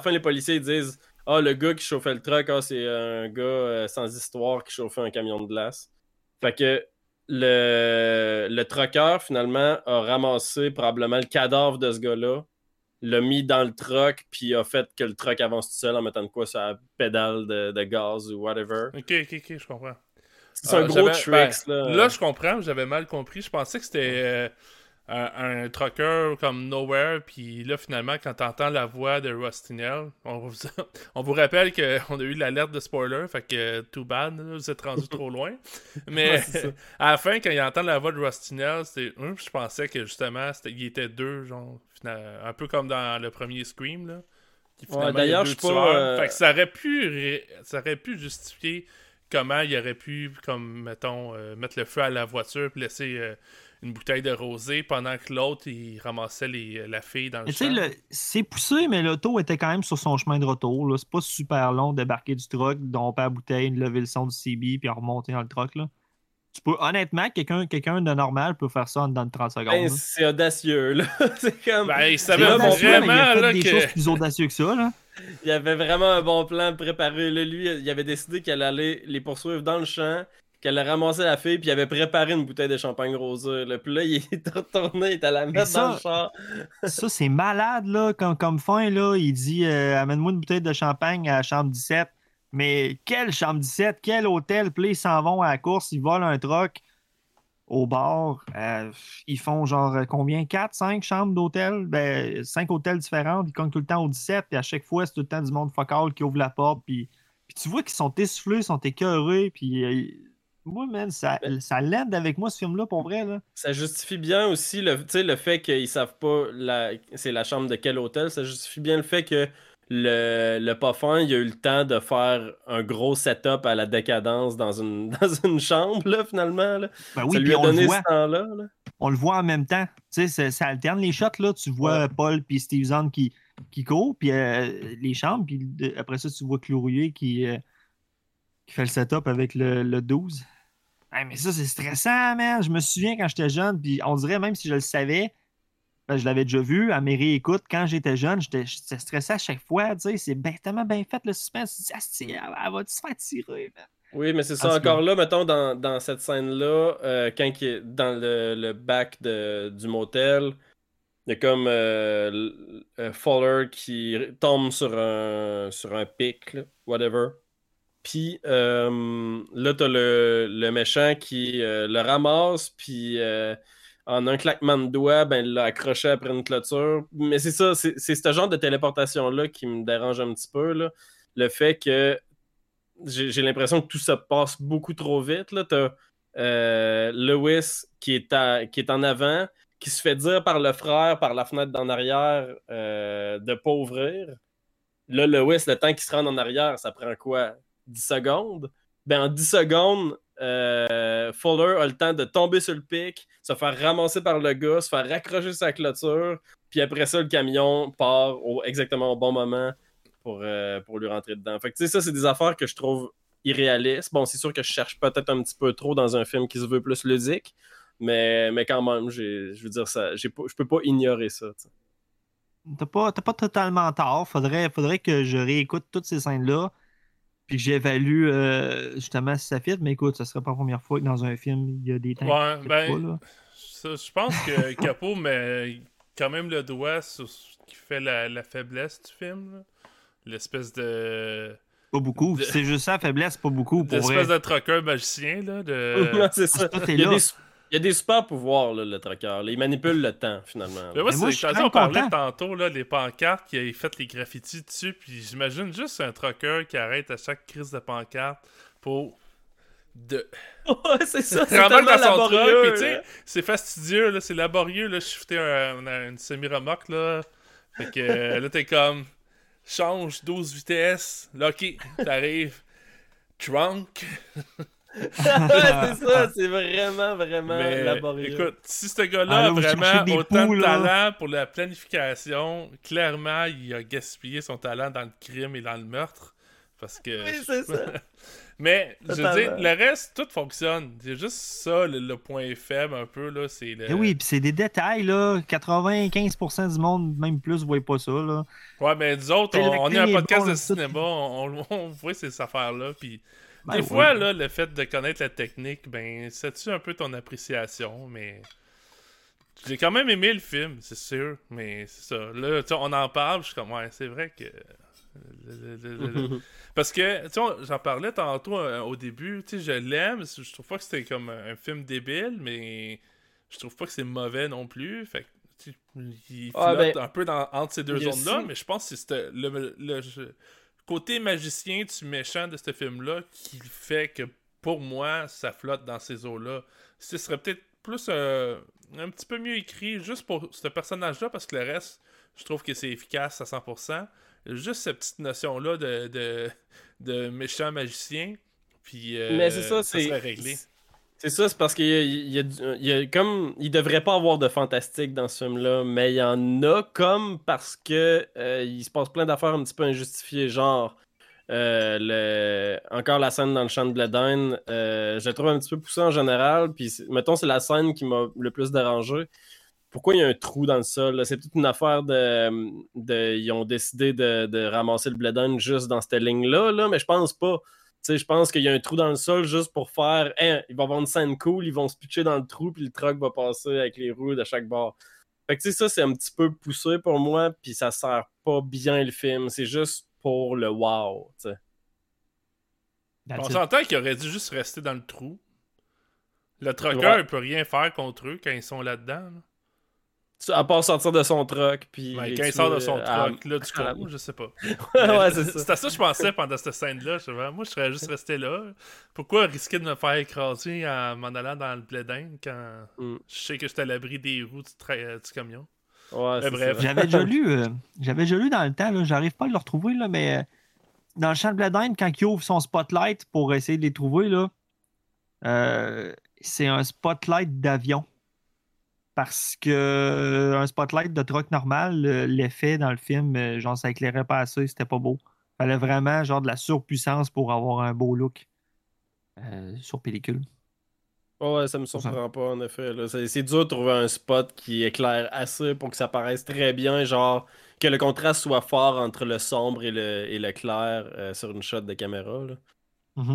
le gars qui chauffait le truck, c'est un gars sans histoire qui chauffait un camion de glace. Fait que le trucker, finalement, a ramassé probablement le cadavre de ce gars-là, l'a mis dans le truck, puis a fait que le truck avance tout seul en mettant de quoi sur la pédale de gaz ou whatever. Ok, je comprends. C'est un gros trick, là. Là, je comprends, j'avais mal compris. Je pensais que c'était un trucker comme Nowhere, puis là, finalement, quand t'entends la voix de Rustinel, on vous rappelle qu'on a eu l'alerte de spoiler, fait que too bad, là, vous êtes rendu trop loin. Mais à la fin, quand il entend la voix de Rustinel, je pensais que justement, il était deux, genre, un peu comme dans le premier Scream, là. D'ailleurs, je sais pas... Fait que ça aurait pu justifier comment il aurait pu, comme, mettons, mettre le feu à la voiture puis laisser une bouteille de rosé pendant que l'autre, il ramassait la fille dans le champ. C'est poussé, mais l'auto était quand même sur son chemin de retour. Là. C'est pas super long de débarquer du truck, domper la bouteille, lever le son du CB puis remonter dans le truck. Là. Tu peux, honnêtement, quelqu'un de normal peut faire ça en dedans de 30 secondes. C'est audacieux, là. C'est comme... il savait vraiment là, des choses plus audacieux que ça, là. Il avait vraiment un bon plan préparé. Là, lui, il avait décidé qu'elle allait les poursuivre dans le champ, qu'elle allait ramasser la fille, puis il avait préparé une bouteille de champagne rosé. Là. Puis là, il est retourné, il est allé la mettre dans le char. Ça, c'est malade, là, comme fin, là. Il dit amène-moi une bouteille de champagne à la chambre 17. Mais quelle chambre 17, quel hôtel? Puis là, ils s'en vont à la course, ils volent un truck au bar. Ils font genre combien? 4, 5 chambres d'hôtel? 5 hôtels différents. Ils cognent tout le temps au 17. Puis à chaque fois, c'est tout le temps du monde focal qui ouvre la porte. Puis tu vois qu'ils sont essoufflés, ils sont écœurés. Puis moi, man, ça l'aide avec moi, ce film-là, pour vrai. Là. Ça justifie bien aussi le fait qu'ils savent pas c'est la chambre de quel hôtel. Ça justifie bien le fait que le parfum, il a eu le temps de faire un gros setup à la décadence dans une chambre, là, finalement. Là. Oui, ça lui a donné ce temps-là. Là. On le voit en même temps. Tu sais, ça alterne les shots, là. Tu vois Paul puis Steve Zahn qui courent, puis les chambres, puis après ça, tu vois Clourier qui fait le setup avec le 12. Hey, mais ça, c'est stressant, man. Je me souviens quand j'étais jeune, puis on dirait même si je le savais, je l'avais déjà vu à mes réécoutes. Quand j'étais jeune, j'étais stressé à chaque fois. C'est tellement bien fait le suspense. Tu te dis, elle va-tu se faire tirer? Man? Oui, mais c'est En ça. tout cas. Encore là, mettons, dans cette scène-là, quand il est dans le bac du motel, il y a comme Fuller qui tombe sur un pic, là, whatever. Puis là, t'as le méchant qui le ramasse, puis en un claquement de doigts, ben, il l'a accroché après une clôture. Mais c'est ça, c'est ce genre de téléportation-là qui me dérange un petit peu, là. Le fait que j'ai l'impression que tout se passe beaucoup trop vite, là. T'as Lewis qui est en avant, qui se fait dire par le frère, par la fenêtre d'en arrière, de pas ouvrir. Là, Lewis, le temps qu'il se rende en arrière, ça prend quoi? 10 secondes? Ben, en 10 secondes, Fuller a le temps de tomber sur le pic, se faire ramasser par le gars, se faire raccrocher sa clôture, puis après ça, le camion part exactement au bon moment pour lui rentrer dedans. Fait que, tu sais, ça, c'est des affaires que je trouve irréalistes. Bon, c'est sûr que je cherche peut-être un petit peu trop dans un film qui se veut plus ludique, mais quand même, je veux dire, je peux pas ignorer ça, t'sais. T'as pas totalement tort. Faudrait que je réécoute toutes ces scènes-là, puis que j'évalue justement si ça fit. Mais écoute, ça serait pas la première fois que dans un film, il y a des temps Ouais, qui fit ben, pas, là. je pense que Capo met quand même le doigt sur ce qui fait la faiblesse du film, là. L'espèce Pas beaucoup. de- C'est juste ça, la faiblesse, pas beaucoup, pour vrai. l'espèce de trucker magicien, là, Non, c'est ça. Tout est Il y a là. il y a des super pouvoirs, là, le trucker, là. Il manipule le temps, finalement, là. Mais moi, Mais moi, c'est je suis t'as quand dit, on même parlait content. tantôt, là, les pancartes qui avaient fait les graffitis dessus, puis j'imagine juste un trucker qui arrête à chaque crise de pancarte pour Ouais, c'est ça, c'est rembarque tellement dans son truck, laborieux, puis tu sais, là. c'est fastidieux, là, c'est laborieux, là, shifter une semi-remorque, là. Fait que là, t'es comme, change 12 vitesses, là, ok, t'arrives, trunk. Ouais, c'est ça, c'est vraiment, vraiment Mais laborieux. écoute, si ce gars-là Ah, là, a vous cherchez vraiment des autant poux, de là. talent pour la planification, clairement, il a gaspillé son talent dans le crime et dans le meurtre. Parce que. Oui, c'est ça. Mais, je veux dire, Totalement. le reste, tout fonctionne. C'est juste ça, le point faible un peu, là. C'est le. Eh oui, puis c'est des détails, là. 95% du monde, même plus, voit pas ça, là. Ouais, mais nous autres, Et le on est un acting est podcast bon, de là, tout. cinéma, on voit ces affaires-là. Puis, Ben des oui. fois, là, le fait de connaître la technique, ben, ça tue un peu ton appréciation, mais. J'ai quand même aimé le film, c'est sûr, mais c'est ça. Là, tu sais, on en parle, je suis comme, ouais, c'est vrai que. Parce que, tu sais, j'en parlais tantôt au début, tu sais, je l'aime, je trouve pas que c'était comme un film débile, mais je trouve pas que c'est mauvais non plus, fait que, tu sais, il Ah, flotte ben, un peu entre ces deux il y a zones-là, aussi- mais je pense que c'est le côté magicien du méchant de ce film-là qui fait que, pour moi, ça flotte dans ces eaux-là. Ce serait peut-être plus un petit peu mieux écrit juste pour ce personnage-là, parce que le reste, je trouve que c'est efficace à 100%. Juste cette petite notion-là de méchant magicien, puis Mais c'est ça, ça serait réglé. C'est ça, c'est parce qu'il y a comme. Il devrait pas avoir de fantastique dans ce film-là, mais il y en a comme parce que il se passe plein d'affaires un petit peu injustifiées, genre. Encore la scène dans le champ de Bledine, je la trouve un petit peu poussée en général, puis mettons, c'est la scène qui m'a le plus dérangé. Pourquoi il y a un trou dans le sol? Là? C'est toute une affaire ils ont décidé de ramasser le Bledine juste dans cette ligne-là, là, mais je pense pas. Tu sais, je pense qu'il y a un trou dans le sol juste pour faire. Hein, il va y avoir une scène cool, ils vont se pitcher dans le trou, puis le truck va passer avec les roues de chaque bord. Fait que tu sais, ça, c'est un petit peu poussé pour moi, puis ça sert pas bien le film. C'est juste pour le wow, tu sais. That's On it. s'entend qu'il aurait dû juste rester dans le trou. Le trucker, Ouais. il peut rien faire contre eux quand ils sont là-dedans. Là. À part sortir de son truck, puis. Ouais, les quand il sort de tuer, son à- truck, là, du à la- coup, je sais pas. Ouais, c'est ça. C'était ça que je pensais pendant cette scène-là. Moi, je serais juste resté là. Pourquoi risquer de me faire écraser en m'en allant dans le blédin quand Mm. je sais que j'étais à l'abri des roues du camion? Ouais, c'est bref. ça. J'avais déjà lu dans le temps, là, j'arrive pas à le retrouver, là, mais dans le champ de Bledine, quand il ouvre son spotlight pour essayer de les trouver, là, c'est un spotlight d'avion. Parce que un spotlight de truck normal, l'effet dans le film, genre ça éclairait pas assez, c'était pas beau. Fallait vraiment genre de la surpuissance pour avoir un beau look sur pellicule. Ouais, ça me surprend pas, en effet. Là. C'est dur de trouver un spot qui éclaire assez pour que ça paraisse très bien, genre que le contraste soit fort entre le sombre et le clair sur une shot de caméra. Là. Mhm.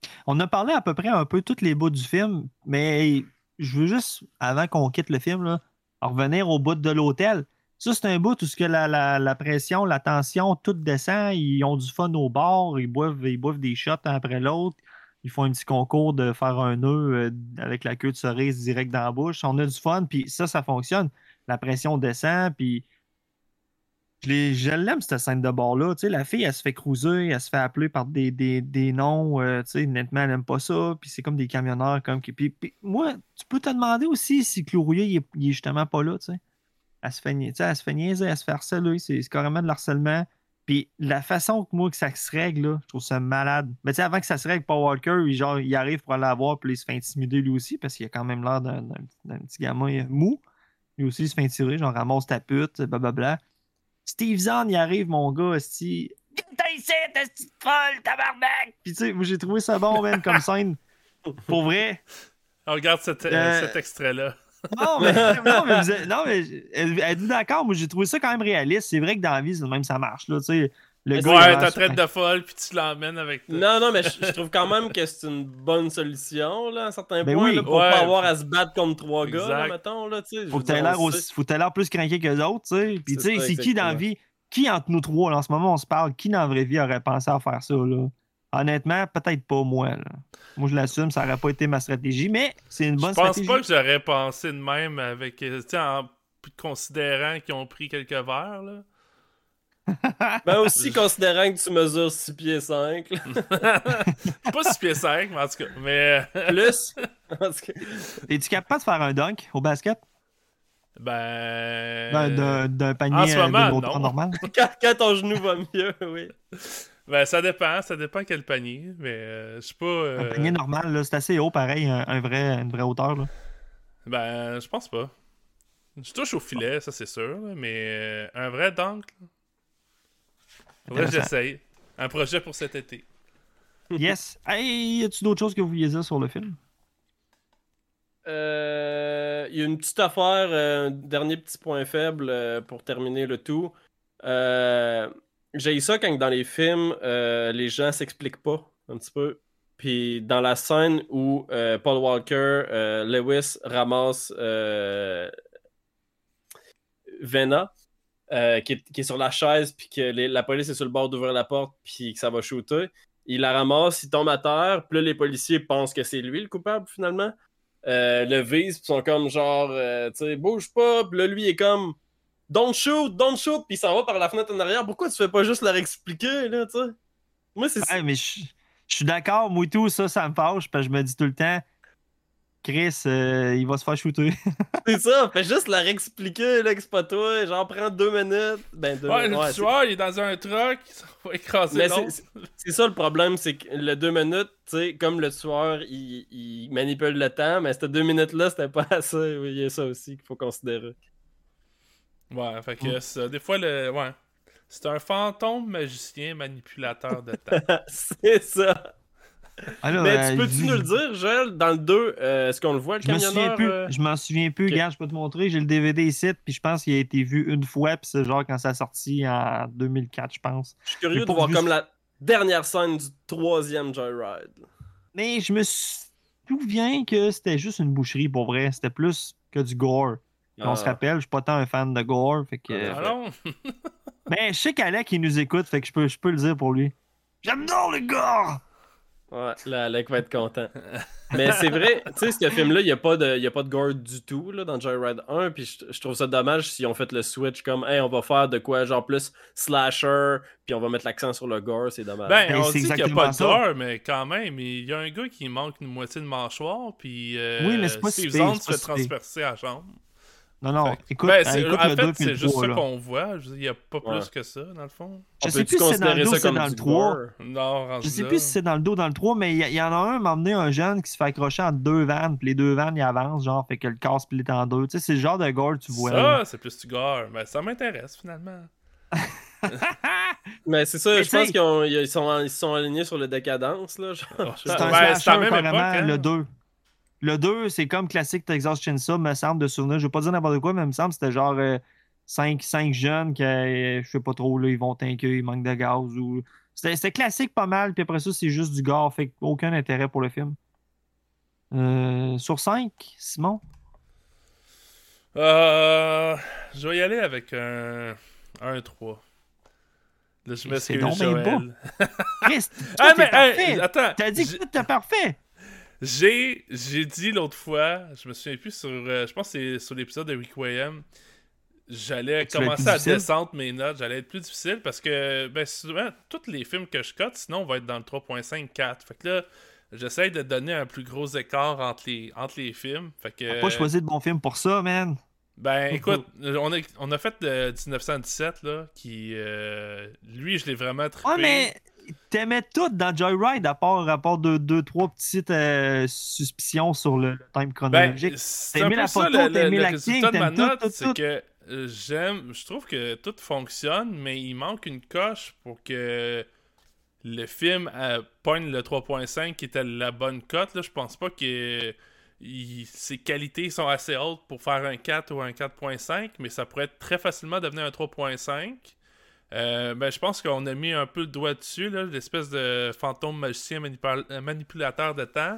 On a parlé à peu près un peu tous les bouts du film, mais je veux juste, avant qu'on quitte le film, là, revenir au bout de l'hôtel. Ça, c'est un bout où ce que la pression, la tension, tout descend. Ils ont du fun au bar, ils boivent des shots un après l'autre. Ils font un petit concours de faire un nœud avec la queue de cerise direct dans la bouche. On a du fun, puis ça fonctionne. La pression descend, puis je l'aime, cette scène de bord-là. Tu sais, la fille, elle se fait cruiser, elle se fait appeler par des noms. Tu sais, honnêtement, elle n'aime pas ça. Puis c'est comme des camionneurs. Puis moi, tu peux te demander aussi si Clourouillet, il est justement pas là. Tu sais. Elle se fait, tu sais, elle se fait niaiser, elle se fait harceler. C'est carrément de l'harcèlement. Puis la façon que ça se règle, là, je trouve ça malade. Mais tu sais, avant que ça se règle, Paul Walker, il arrive pour aller la voir, puis il se fait intimider lui aussi, parce qu'il a quand même l'air d'un petit gamin mou. Lui aussi, il se fait tirer, genre ramasse ta pute, blablabla. Steve Zahn, il arrive, mon gars, esti. Viens ici, esti de folle, tabarnak! Puis tu sais, moi j'ai trouvé ça bon, man, comme scène. Pour vrai. On regarde cet extrait-là. Non, mais êtes-vous d'accord? Moi j'ai trouvé ça quand même réaliste. C'est vrai que dans la vie, même ça marche, là, tu sais. Le gars, Ouais, t'as traite de folle, puis tu l'emmènes avec toi. Non, mais je trouve quand même que c'est une bonne solution, là, à un certain Ben point, oui. là, pour pas avoir à se battre contre 3 gars, là, mettons, là, tu sais. Faut que t'aies l'air plus craqué que les autres, tu sais. Puis tu sais, c'est qui dans la vie? Qui entre nous trois, là, en ce moment, on se parle, qui dans la vraie vie aurait pensé à faire ça, là? Honnêtement, peut-être pas moi, là. Moi, je l'assume, ça aurait pas été ma stratégie, mais c'est une bonne stratégie. Je pense pas que j'aurais pensé de même avec, tu sais, en considérant qu'ils ont pris quelques verres, là. Ben aussi, considérant que tu mesures 6 pieds 5. Pas 6 pieds 5, mais en tout cas. Mais... Plus. Es-tu capable de faire un dunk au basket? D'un panier de hauteur normale? Quand ton genou va mieux, oui. Ben, ça dépend quel panier, mais je sais pas... Un panier normal, là, c'est assez haut, pareil, une vraie hauteur, là. Ben, je pense pas. Je touche au filet, ça c'est sûr, là, mais un vrai dunk, là. Faudrait que j'essaye. Un projet pour cet été. Yes. Hey, y a-tu d'autres choses que vous vouliez dire sur le film? Il y a une petite affaire, un dernier petit point faible pour terminer le tout. J'ai ça quand dans les films, les gens s'expliquent pas un petit peu. Puis dans la scène où Paul Walker, Lewis ramasse Vena, qui est sur la chaise, puis que la police est sur le bord d'ouvrir la porte, puis que ça va shooter. Il la ramasse, il tombe à terre, puis là, les policiers pensent que c'est lui le coupable, finalement. Le vise, puis ils sont comme genre, tu sais, bouge pas, puis là, lui, il est comme, don't shoot, puis il s'en va par la fenêtre en arrière. Pourquoi tu fais pas juste leur expliquer, là, tu sais? Moi, c'est ça. Ouais, mais je suis d'accord, moi et tout, ça me fâche, parce que je me dis tout le temps, Chris, il va se faire shooter. C'est ça, fais juste leur expliquer, là, que c'est pas toi, genre, prends 2 minutes. Ben, le tueur, il est dans un truck, il va écraser l'autre. C'est ça le problème, c'est que le 2 minutes, tu sais, comme le tueur, il manipule le temps, mais ces 2 minutes-là, c'était pas assez. Oui, il y a ça aussi qu'il faut considérer. Ouais, fait que ça, des fois, ouais. C'est un fantôme magicien manipulateur de temps. C'est ça. Alors, mais tu peux-tu nous le dire, Joël, dans le 2, est-ce qu'on le voit, le camionneur? Je m'en souviens plus. Okay. Regarde, je peux te montrer. J'ai le DVD ici, puis je pense qu'il a été vu une fois, puis c'est genre quand ça a sorti en 2004, je pense. Je suis curieux de voir comme la dernière scène du 3e Joyride. Mais je me souviens que c'était juste une boucherie, pour vrai. C'était plus que du gore. On se rappelle, je suis pas tant un fan de gore, fait que... non. Mais je sais qu'Alec, il nous écoute, fait que je peux le dire pour lui. J'adore le gore! Ouais, là, Alec va être content. Mais c'est vrai, tu sais, ce film-là, il n'y a pas de gore du tout là, dans Joyride 1. Puis je trouve ça dommage s'ils ont fait le switch comme, hey, on va faire de quoi, genre plus slasher, puis on va mettre l'accent sur le gore, c'est dommage. Ben, on dit qu'il n'y a pas de gore, mais quand même, il y a un gars qui manque une moitié de mâchoire, puis oui, mais c'est pas Steve si Zahn se fait transpercer à la jambe. Non, écoute, en le 2 fait, c'est juste ça là. qu'on voit. Il n'y a pas plus que ça, dans le fond. Je sais plus si c'est dans le 2 ou c'est dans le 3. Non, je sais plus si c'est dans le 2 ou dans le 3, mais il y en a un, m'a emmené un jeune qui se fait accrocher entre 2 vannes, puis les 2 vannes, ils avancent, genre, fait que le corps split en 2. Tu sais, c'est le genre de gore, tu vois. Ça, c'est plus du gore. Mais ça m'intéresse, finalement. Mais c'est ça, je pense qu'ils sont alignés sur le décadence, là. C'est un slasher, carrément, le 2. Le 2, c'est comme classique Texas Chainsaw, me semble, de souvenir. Je vais pas dire n'importe quoi, mais il me semble que c'était genre 5 jeunes qui, je sais pas trop, là, ils vont tanker, ils manquent de gaz ou C'était classique pas mal, puis après ça, c'est juste du gore, fait aucun intérêt pour le film. Sur 5, Simon? Je vais y aller avec un 3. Là, je m'excuse, donc bien Joël. Chris, Mais parfait. attends. T'as dit que tout est parfait. J'ai dit l'autre fois, je me souviens plus sur. Je pense que c'est sur l'épisode de Requiem. J'allais commencer à descendre mes notes, j'allais être plus difficile parce que souvent, tous les films que je cote, sinon on va être dans le 3.5-4. Fait que là, j'essaye de donner un plus gros écart entre les films. Fait que, T'as pas choisi de bon film pour ça, man. Écoute, on a fait le 1917, là, qui, lui, je l'ai vraiment trippé. Ouais, mais t'aimais tout dans Joyride, à part deux, trois petites suspicions sur le time chronologique. C'est t'as aimé la photo, t'as aimé l'acting, résultat de ma t'aimes note, tout. c'est que je trouve que tout fonctionne, mais il manque une coche pour que le film pogne le 3.5 qui était la bonne cote. Là, je pense pas que ses qualités sont assez hautes pour faire un 4 ou un 4.5, mais ça pourrait très facilement devenir un 3.5. Je pense qu'on a mis un peu le doigt dessus, là, l'espèce de fantôme magicien manipulateur de temps.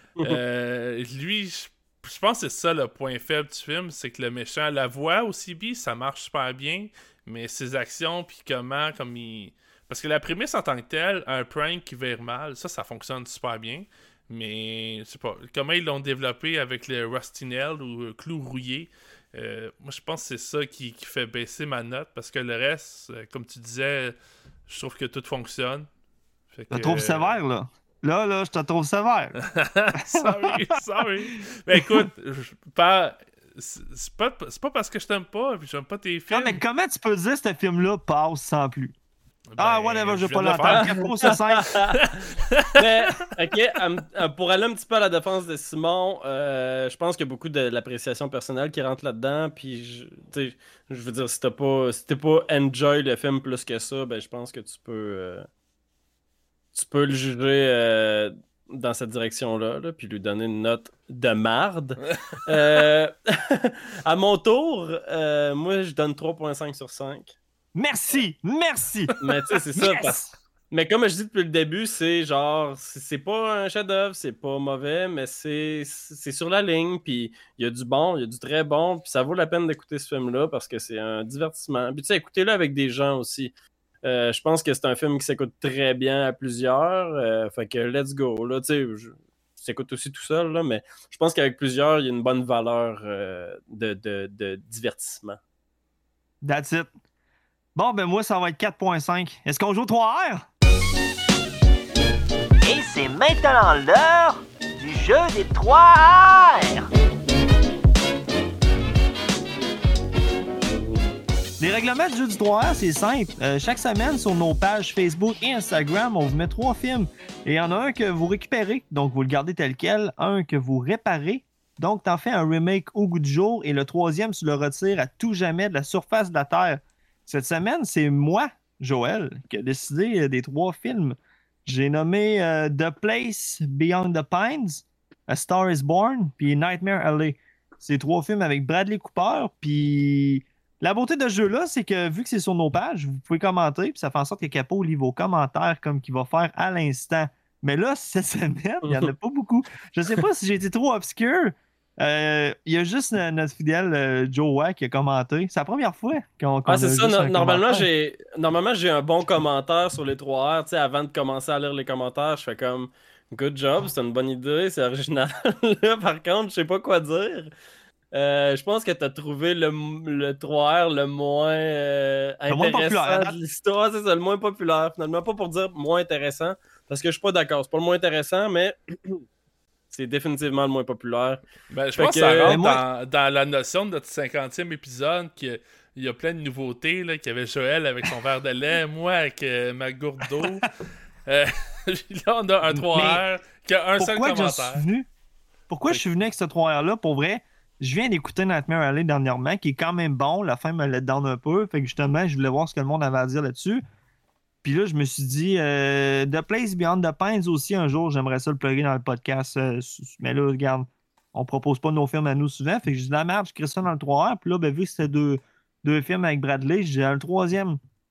Lui, je pense que c'est ça le point faible du film, c'est que le méchant, la voix au CB, ça marche super bien, mais ses actions, puis comme il... Parce que la prémisse en tant que telle, un prank qui vire mal, ça fonctionne super bien. Mais, je sais pas, comment ils l'ont développé avec le Rusty Nail ou clou rouillé, moi je pense que c'est ça qui fait baisser ma note, parce que le reste, comme tu disais, je trouve que tout fonctionne. Je te trouve sévère, là. Là, je te trouve sévère. sorry. Mais écoute, c'est pas parce que je t'aime pas, puis j'aime pas tes films. Non, mais comment tu peux dire que ce film-là passe sans plus? Whatever, je vais pas l'entendre. 4 sur 5. Mais, ok, pour aller un petit peu à la défense de Simon, je pense qu'il y a beaucoup de l'appréciation personnelle qui rentre là-dedans. Puis, je veux dire, si t'as pas enjoy le film plus que ça, je pense que tu peux le juger dans cette direction-là, là, puis lui donner une note de marde. À mon tour, moi, je donne 3.5 sur 5. Merci. Mais tu sais, c'est ça. Yes! Mais comme je dis depuis le début, c'est genre, c'est pas un chef-d'œuvre, c'est pas mauvais, mais c'est sur la ligne, puis il y a du bon, il y a du très bon, puis ça vaut la peine d'écouter ce film-là parce que c'est un divertissement. Puis tu sais, écoutez-le avec des gens aussi. Je pense que c'est un film qui s'écoute très bien à plusieurs, fait que let's go. Là, tu sais, je s'écoute aussi tout seul, là, mais je pense qu'avec plusieurs, il y a une bonne valeur de divertissement. That's it. Bon, moi, ça va être 4.5. Est-ce qu'on joue au 3R? Et c'est maintenant l'heure du jeu des 3R. Les règlements du jeu du 3R, c'est simple. Chaque semaine, sur nos pages Facebook et Instagram, on vous met 3 films. Et il y en a un que vous récupérez, donc vous le gardez tel quel. Un que vous réparez, donc t'en fais un remake au goût du jour. Et le 3e, tu le retires à tout jamais de la surface de la Terre. Cette semaine, c'est moi, Joël, qui a décidé des 3 films. J'ai nommé The Place Beyond the Pines, A Star is Born, puis Nightmare Alley. C'est 3 films avec Bradley Cooper, puis la beauté de ce jeu-là, c'est que vu que c'est sur nos pages, vous pouvez commenter, puis ça fait en sorte que Capo lit vos commentaires comme qu'il va faire à l'instant. Mais là, cette semaine, il n'y en a pas beaucoup. Je sais pas si j'ai été trop obscur. Il y a juste notre fidèle Joe Wack qui a commenté. C'est la première fois qu'on c'est ça. Normalement, commentaire. j'ai un bon commentaire sur les 3R. Tu sais, avant de commencer à lire les commentaires, je fais comme good job, c'est une bonne idée, c'est original. Là, par contre, je sais pas quoi dire. Je pense que tu as trouvé le 3R le moins intéressant de l'histoire. C'est ça, le moins populaire. Finalement, pas pour dire moins intéressant, parce que je suis pas d'accord. C'est pas le moins intéressant, mais c'est définitivement le moins populaire. Je pense que ça rentre dans la notion de notre 50e épisode, qu'il y a plein de nouveautés, là, qu'il y avait Joël avec son verre de lait, moi avec ma gourde d'eau. Là, on a un 3R qui a un seul commentaire. Pourquoi je suis venu avec ce 3R-là? Pour vrai, je viens d'écouter Nightmare Alley dernièrement, qui est quand même bon. La fin me let down un peu. Fait que justement, je voulais voir ce que le monde avait à dire là-dessus. Puis là, je me suis dit, The Place Beyond the Pines aussi, un jour, j'aimerais ça le plugger dans le podcast. Mais là, regarde, on propose pas nos films à nous souvent. Fait que je dis, la merde, je crée ça dans le 3R. Puis là, vu que c'était deux films avec Bradley, j'ai le 3e.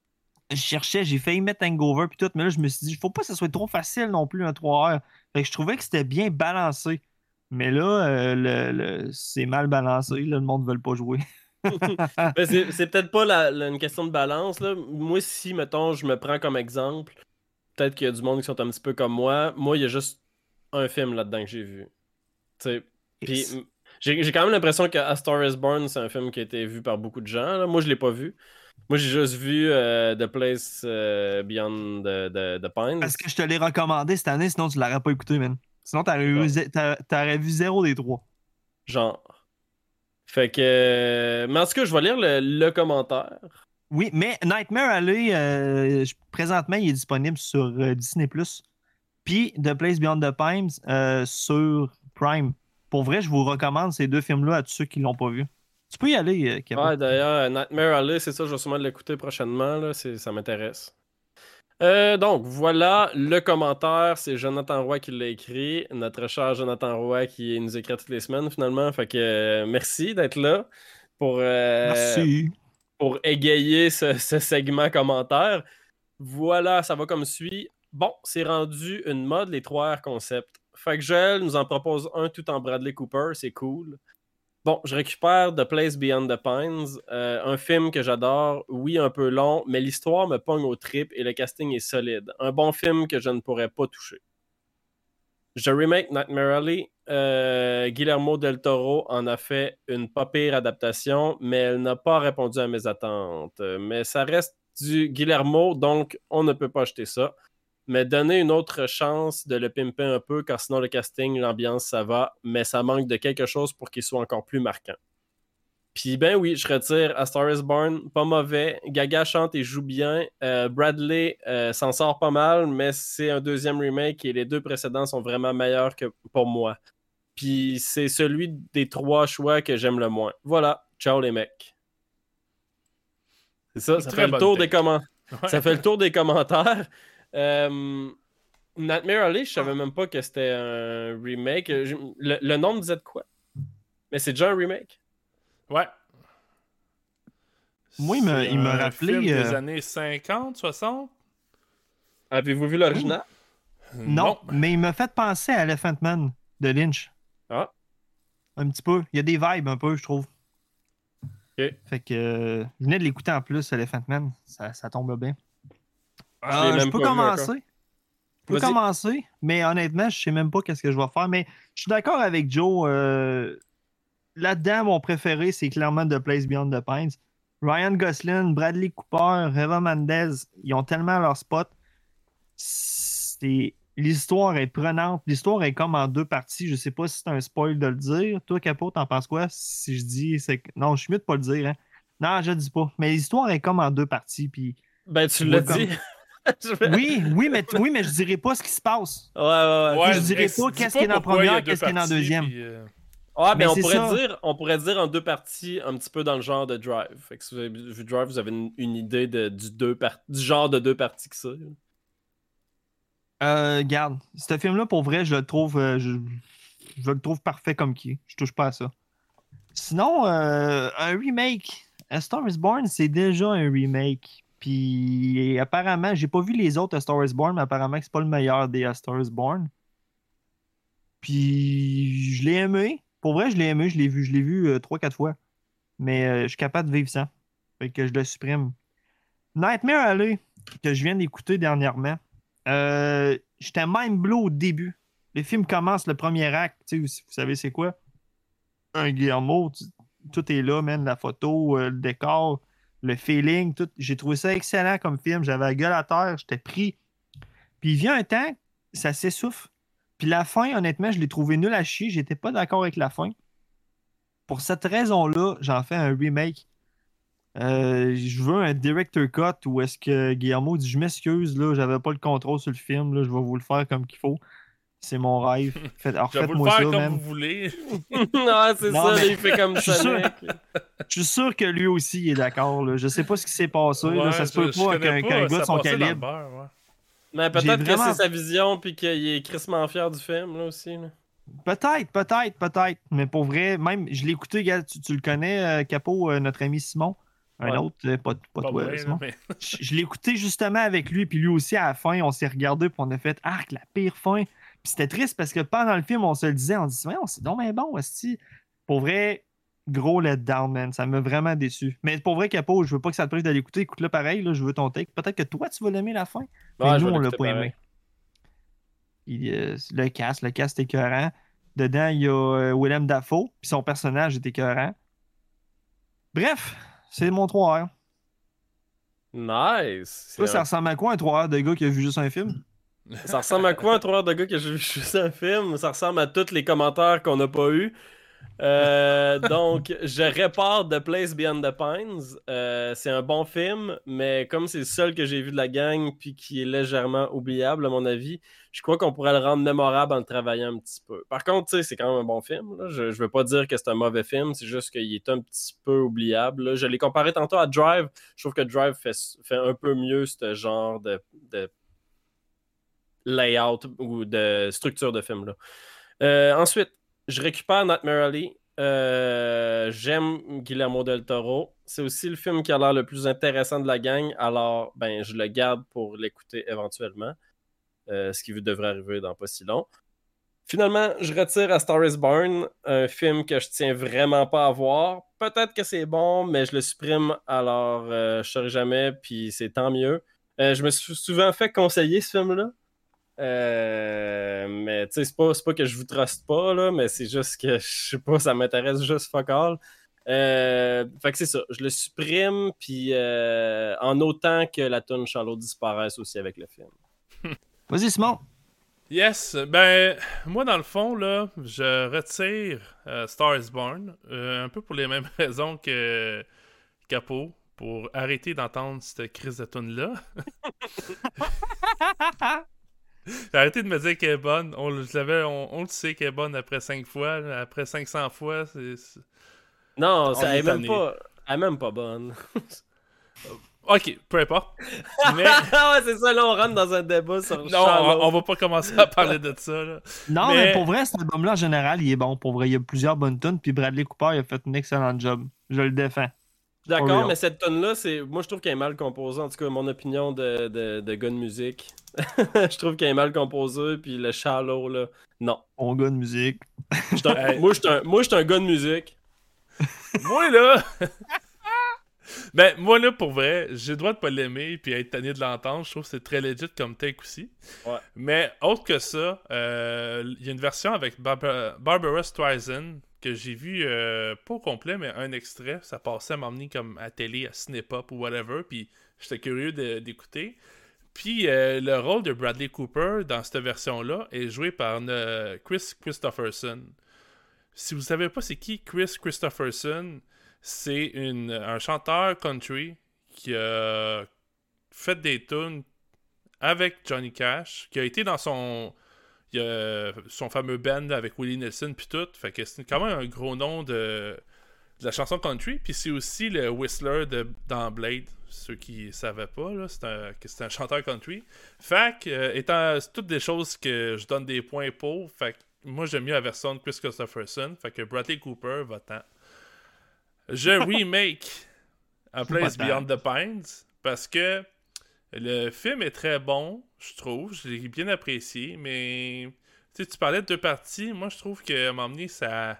je cherchais, j'ai failli mettre Hangover puis tout, mais là, je me suis dit, faut pas que ça soit trop facile non plus, un 3 heures. Fait que je trouvais que c'était bien balancé. Mais là, c'est mal balancé, là, le monde ne veut pas jouer. Ben, c'est peut-être pas une question de balance. Là. Moi, si, mettons, je me prends comme exemple, peut-être qu'il y a du monde qui sont un petit peu comme moi. Moi, il y a juste un film là-dedans que j'ai vu. T'sais, puis j'ai quand même l'impression que A Star is Born, c'est un film qui a été vu par beaucoup de gens. Là. Moi, je l'ai pas vu. Moi, j'ai juste vu The Place Beyond the Pines. Parce que je te l'ai recommandé cette année, sinon tu l'aurais pas écouté, man. Sinon, t'aurais vu 0 des 3. Genre. Fait que... Mais en tout cas, je vais lire le commentaire. Oui, mais Nightmare Alley, présentement, il est disponible sur Disney+. Puis The Place Beyond the Pines sur Prime. Pour vrai, je vous recommande ces deux films-là à tous ceux qui l'ont pas vu. Tu peux y aller, Kevin. Ouais, d'ailleurs, Nightmare Alley, c'est ça, je vais sûrement l'écouter prochainement, là, ça m'intéresse. Donc, voilà, le commentaire, c'est Jonathan Roy qui l'a écrit, notre cher Jonathan Roy qui nous écrit toutes les semaines, finalement, fait que merci d'être là pour, Merci. pour égayer ce segment commentaire. Voilà, ça va comme suit. Bon, c'est rendu une mode, les 3R concepts. Fait que Joël nous en propose un tout en Bradley Cooper, c'est cool. Bon, je récupère The Place Beyond the Pines, un film que j'adore, oui, un peu long, mais l'histoire me pogne au trip et le casting est solide. Un bon film que je ne pourrais pas toucher. Je remake Nightmare Alley. Guillermo del Toro en a fait une pas pire adaptation, mais elle n'a pas répondu à mes attentes. Mais ça reste du Guillermo, donc on ne peut pas acheter ça. Mais donner une autre chance de le pimper un peu, car sinon le casting, l'ambiance, ça va, mais ça manque de quelque chose pour qu'il soit encore plus marquant. Puis ben oui, je retire A Star is Born, pas mauvais. Gaga chante et joue bien. Bradley s'en sort pas mal, mais c'est un deuxième remake et les deux précédents sont vraiment meilleurs que pour moi. Puis c'est celui des 3 choix que j'aime le moins. Voilà, ciao les mecs. C'est ça, ça fait le tour des commentaires. Ouais. Ça fait le tour des commentaires. Nightmare Alley, je savais même pas que c'était un remake. Le nom me disait de quoi? Mais c'est déjà un remake? Ouais. Moi, il me un rappelait. film des années 50, 60? Avez-vous vu l'original? Non, mais il m'a fait penser à Elephant Man de Lynch. Ah. Un petit peu. Il y a des vibes un peu, je trouve. Ok. Fait que je venais de l'écouter en plus, Elephant Man. Ça tombe bien. l'ai même Je peux pas vu commencer. encore. Je peux Vas-y. commencer, mais honnêtement, je sais même pas qu'est-ce que je vais faire. Mais je suis d'accord avec Joe. Là-dedans, mon préféré, c'est clairement The Place Beyond the Pines. Ryan Gosling, Bradley Cooper, Eva Mendes, ils ont tellement leur spot. L'histoire est prenante. L'histoire est comme en 2 parties. Je sais pas si c'est un spoil de le dire. Toi, Capo, t'en penses quoi? Si je dis, c'est que... Non, je suis mieux de pas le dire. Hein? Non, je le dis pas. Mais l'histoire est comme en 2 parties. Puis... Ben, tu l'as dit. Oui, mais je dirais pas ce qui se passe. Ouais. Je dirais pas qu'est-ce qui est dans la première, qu'est-ce qui est dans la deuxième. Ouais, Mais ben c'est on pourrait dire en 2 parties, un petit peu dans le genre de Drive. Fait que si vous avez vu Drive, vous avez une idée du genre de 2 parties que ça. Garde, ce film-là, pour vrai, je le trouve je le trouve parfait comme qui est. Je touche pas à ça. Sinon, un remake. A Star is Born, c'est déjà un remake. Puis apparemment, j'ai pas vu les autres A Star is Born, mais apparemment que c'est pas le meilleur des A Star is Born. Puis je l'ai aimé. Pour vrai, je l'ai aimé, je l'ai vu 3-4 fois. Mais je suis capable de vivre ça. Fait que je le supprime. Nightmare Alley, que je viens d'écouter dernièrement. J'étais mind blow au début. Le film commence, le premier acte. Vous savez c'est quoi? Un Guillermo, tout est là, man. La photo, le décor, le feeling, tout. J'ai trouvé ça excellent comme film. J'avais la gueule à terre, j'étais pris. Puis il vient un temps, ça s'essouffle. Puis la fin, honnêtement, je l'ai trouvé nul à chier. J'étais pas d'accord avec la fin. Pour cette raison-là, j'en fais un remake. Je veux un director cut où est-ce que Guillermo dit je m'excuse, là, j'avais pas le contrôle sur le film, là, je vais vous le faire comme qu'il faut. C'est mon rêve. Alors Je vais vous le faites-moi faire ça, comme man. vous voulez. Non, c'est Non, ça, mais- là, il fait comme Je suis Sonic. Je suis sûr que lui aussi il est d'accord. Là. Je sais pas ce qui s'est passé. Là. Ça se peut je pas connais qu'un gars de ça son passait dans le calibre. beurre, ouais. Mais peut-être J'ai que vraiment- c'est sa vision, puis qu'il est crissement fier du film, là, aussi. Là. Peut-être. Mais pour vrai, même, je l'ai écouté, gars, tu le connais, Capo, notre ami Simon. Un Ouais. autre, pas Pas toi, moi, Simon. là, mais... Je l'ai écouté justement avec lui, puis lui aussi à la fin, on s'est regardé, puis on a fait arc, la pire fin. Puis c'était triste parce que pendant le film, on se le disait, on se disait, c'est donc bien bon, hostie. Pour vrai, gros letdown, man. Ça m'a vraiment déçu. Mais pour vrai, Capo, je veux pas que ça te prive de l'écouter. Écoute-le pareil, là, je veux ton take. Peut-être que toi, tu vas l'aimer la fin. Mais Ouais, je nous, vais on l'a l'écouter pas pareil. aimé. Le cast est écœurant. Dedans, il y a Willem Dafoe, puis son personnage est écœurant. Bref, c'est mon 3 heures. Nice! Ça ressemble à quoi un 3 heures de gars qui a vu juste un film? Ça ressemble à quoi un 3 heures de gars que j'ai vu juste un film? Ça ressemble à tous les commentaires qu'on n'a pas eu. Donc, je répare The Place Beyond the Pines. C'est un bon film, mais comme c'est le seul que j'ai vu de la gang puis qui est légèrement oubliable, à mon avis, je crois qu'on pourrait le rendre mémorable en le travaillant un petit peu. Par contre, tu sais, c'est quand même un bon film. Là. Je veux pas dire que c'est un mauvais film, c'est juste qu'il est un petit peu oubliable. Là. Je l'ai comparé tantôt à Drive. Je trouve que Drive fait un peu mieux ce genre de layout ou de structure de film-là. Ensuite, je récupère Nightmare Alley. J'aime Guillermo del Toro. C'est aussi le film qui a l'air le plus intéressant de la gang. Alors, ben, je le garde pour l'écouter éventuellement. Ce qui devrait arriver dans pas si long. Finalement, je retire A Star is Born, un film que je tiens vraiment pas à voir. Peut-être que c'est bon, mais je le supprime, alors je saurai jamais, puis c'est tant mieux. Je me suis souvent fait conseiller ce film-là. Mais tu sais, c'est pas que je vous truste pas, là, mais c'est juste que je sais pas, ça m'intéresse juste fuck all. Fait que c'est ça, je le supprime, puis en autant que la tune Shallow disparaisse aussi avec le film. Vas-y, Simon. Yes, ben, moi dans le fond, là, je retire Star is Born, un peu pour les mêmes raisons que Capo, pour arrêter d'entendre cette crise de tune-là. Arrêtez de me dire qu'elle est bonne. On le sait qu'elle est bonne après 5 fois. Là. Après 500 fois, c'est... Non, On elle est est même tanné. pas, elle est même pas bonne. Ok, peu importe. Mais Ouais, c'est ça, là, on rentre dans un débat sur non, Shallow. on va pas commencer à parler de ça. Là. Non, Mais- mais pour vrai, cet album-là, en général, il est bon. Pour vrai, il y a plusieurs bonnes tunes, puis Bradley Cooper, il a fait un excellent job. Je le défends. For D'accord, real. mais cette tune-là, moi je trouve qu'elle est mal composée. En tout cas, mon opinion de gars de musique. Je trouve qu'elle est mal composée, puis le Shallow, là, non. Bon gars de musique. Hey. Moi, je suis un gars de musique. Moi, là... ben, moi, là, pour vrai, j'ai le droit de pas l'aimer puis être tanné de l'entendre. Je trouve que c'est très legit comme take aussi. Ouais. Mais, autre que ça, il y a une version avec Barbara Streisand que j'ai vu, pas au complet, mais un extrait. Ça passait à m'emmener comme à télé, à Cinépop ou whatever, puis j'étais curieux d'écouter. Puis, le rôle de Bradley Cooper dans cette version-là est joué par Chris Christopherson. Si vous savez pas c'est qui Chris Christopherson, c'est un chanteur country qui a fait des tunes avec Johnny Cash, qui a été dans son fameux band avec Willie Nelson puis tout. Fait que c'est quand même un gros nom de la chanson country. Puis c'est aussi le whistler dans Blade. Ceux qui savaient pas, là, c'est un chanteur country. Fait que, c'est toutes des choses que je donne des points pour. Fait que moi, j'aime mieux la version de Chris Christopherson. Fait que Bradley Cooper, va-t'en. Je remake A Place Beyond the Pines parce que le film est très bon, je trouve. Je l'ai bien apprécié, mais tu parlais de 2 parties. Moi, je trouve qu'à un moment donné, ça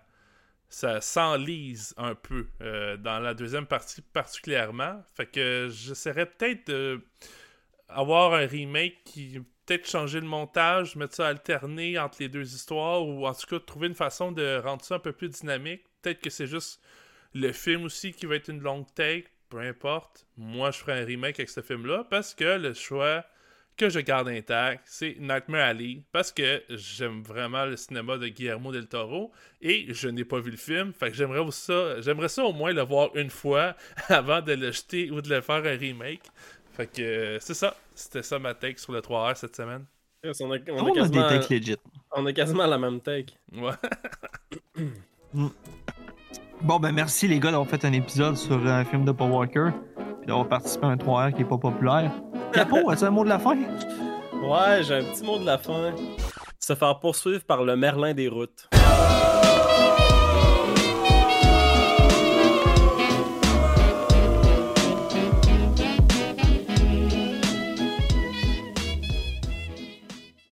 s'enlise un peu dans la deuxième partie particulièrement. Fait que j'essaierais peut-être d'avoir un remake qui peut-être changer le montage, mettre ça alterné entre les 2 histoires ou en tout cas trouver une façon de rendre ça un peu plus dynamique. Peut-être que c'est juste le film aussi qui va être une longue take, peu importe. Moi, je ferai un remake avec ce film-là parce que le choix que je garde intact, c'est Nightmare Alley parce que j'aime vraiment le cinéma de Guillermo del Toro et je n'ai pas vu le film, fait que j'aimerais ça au moins le voir une fois avant de le jeter ou de le faire un remake. Fait que c'est ça, c'était ça ma take sur le 3R cette semaine. On a On a des takes legit. on a quasiment la même take. Ouais. Bon, ben merci les gars d'avoir fait un épisode sur un film de Paul Walker puis d'avoir participé à un 3R qui est pas populaire. Capo, as-tu un mot de la fin? Ouais, j'ai un petit mot de la fin. Se faire poursuivre par le Merlin des routes.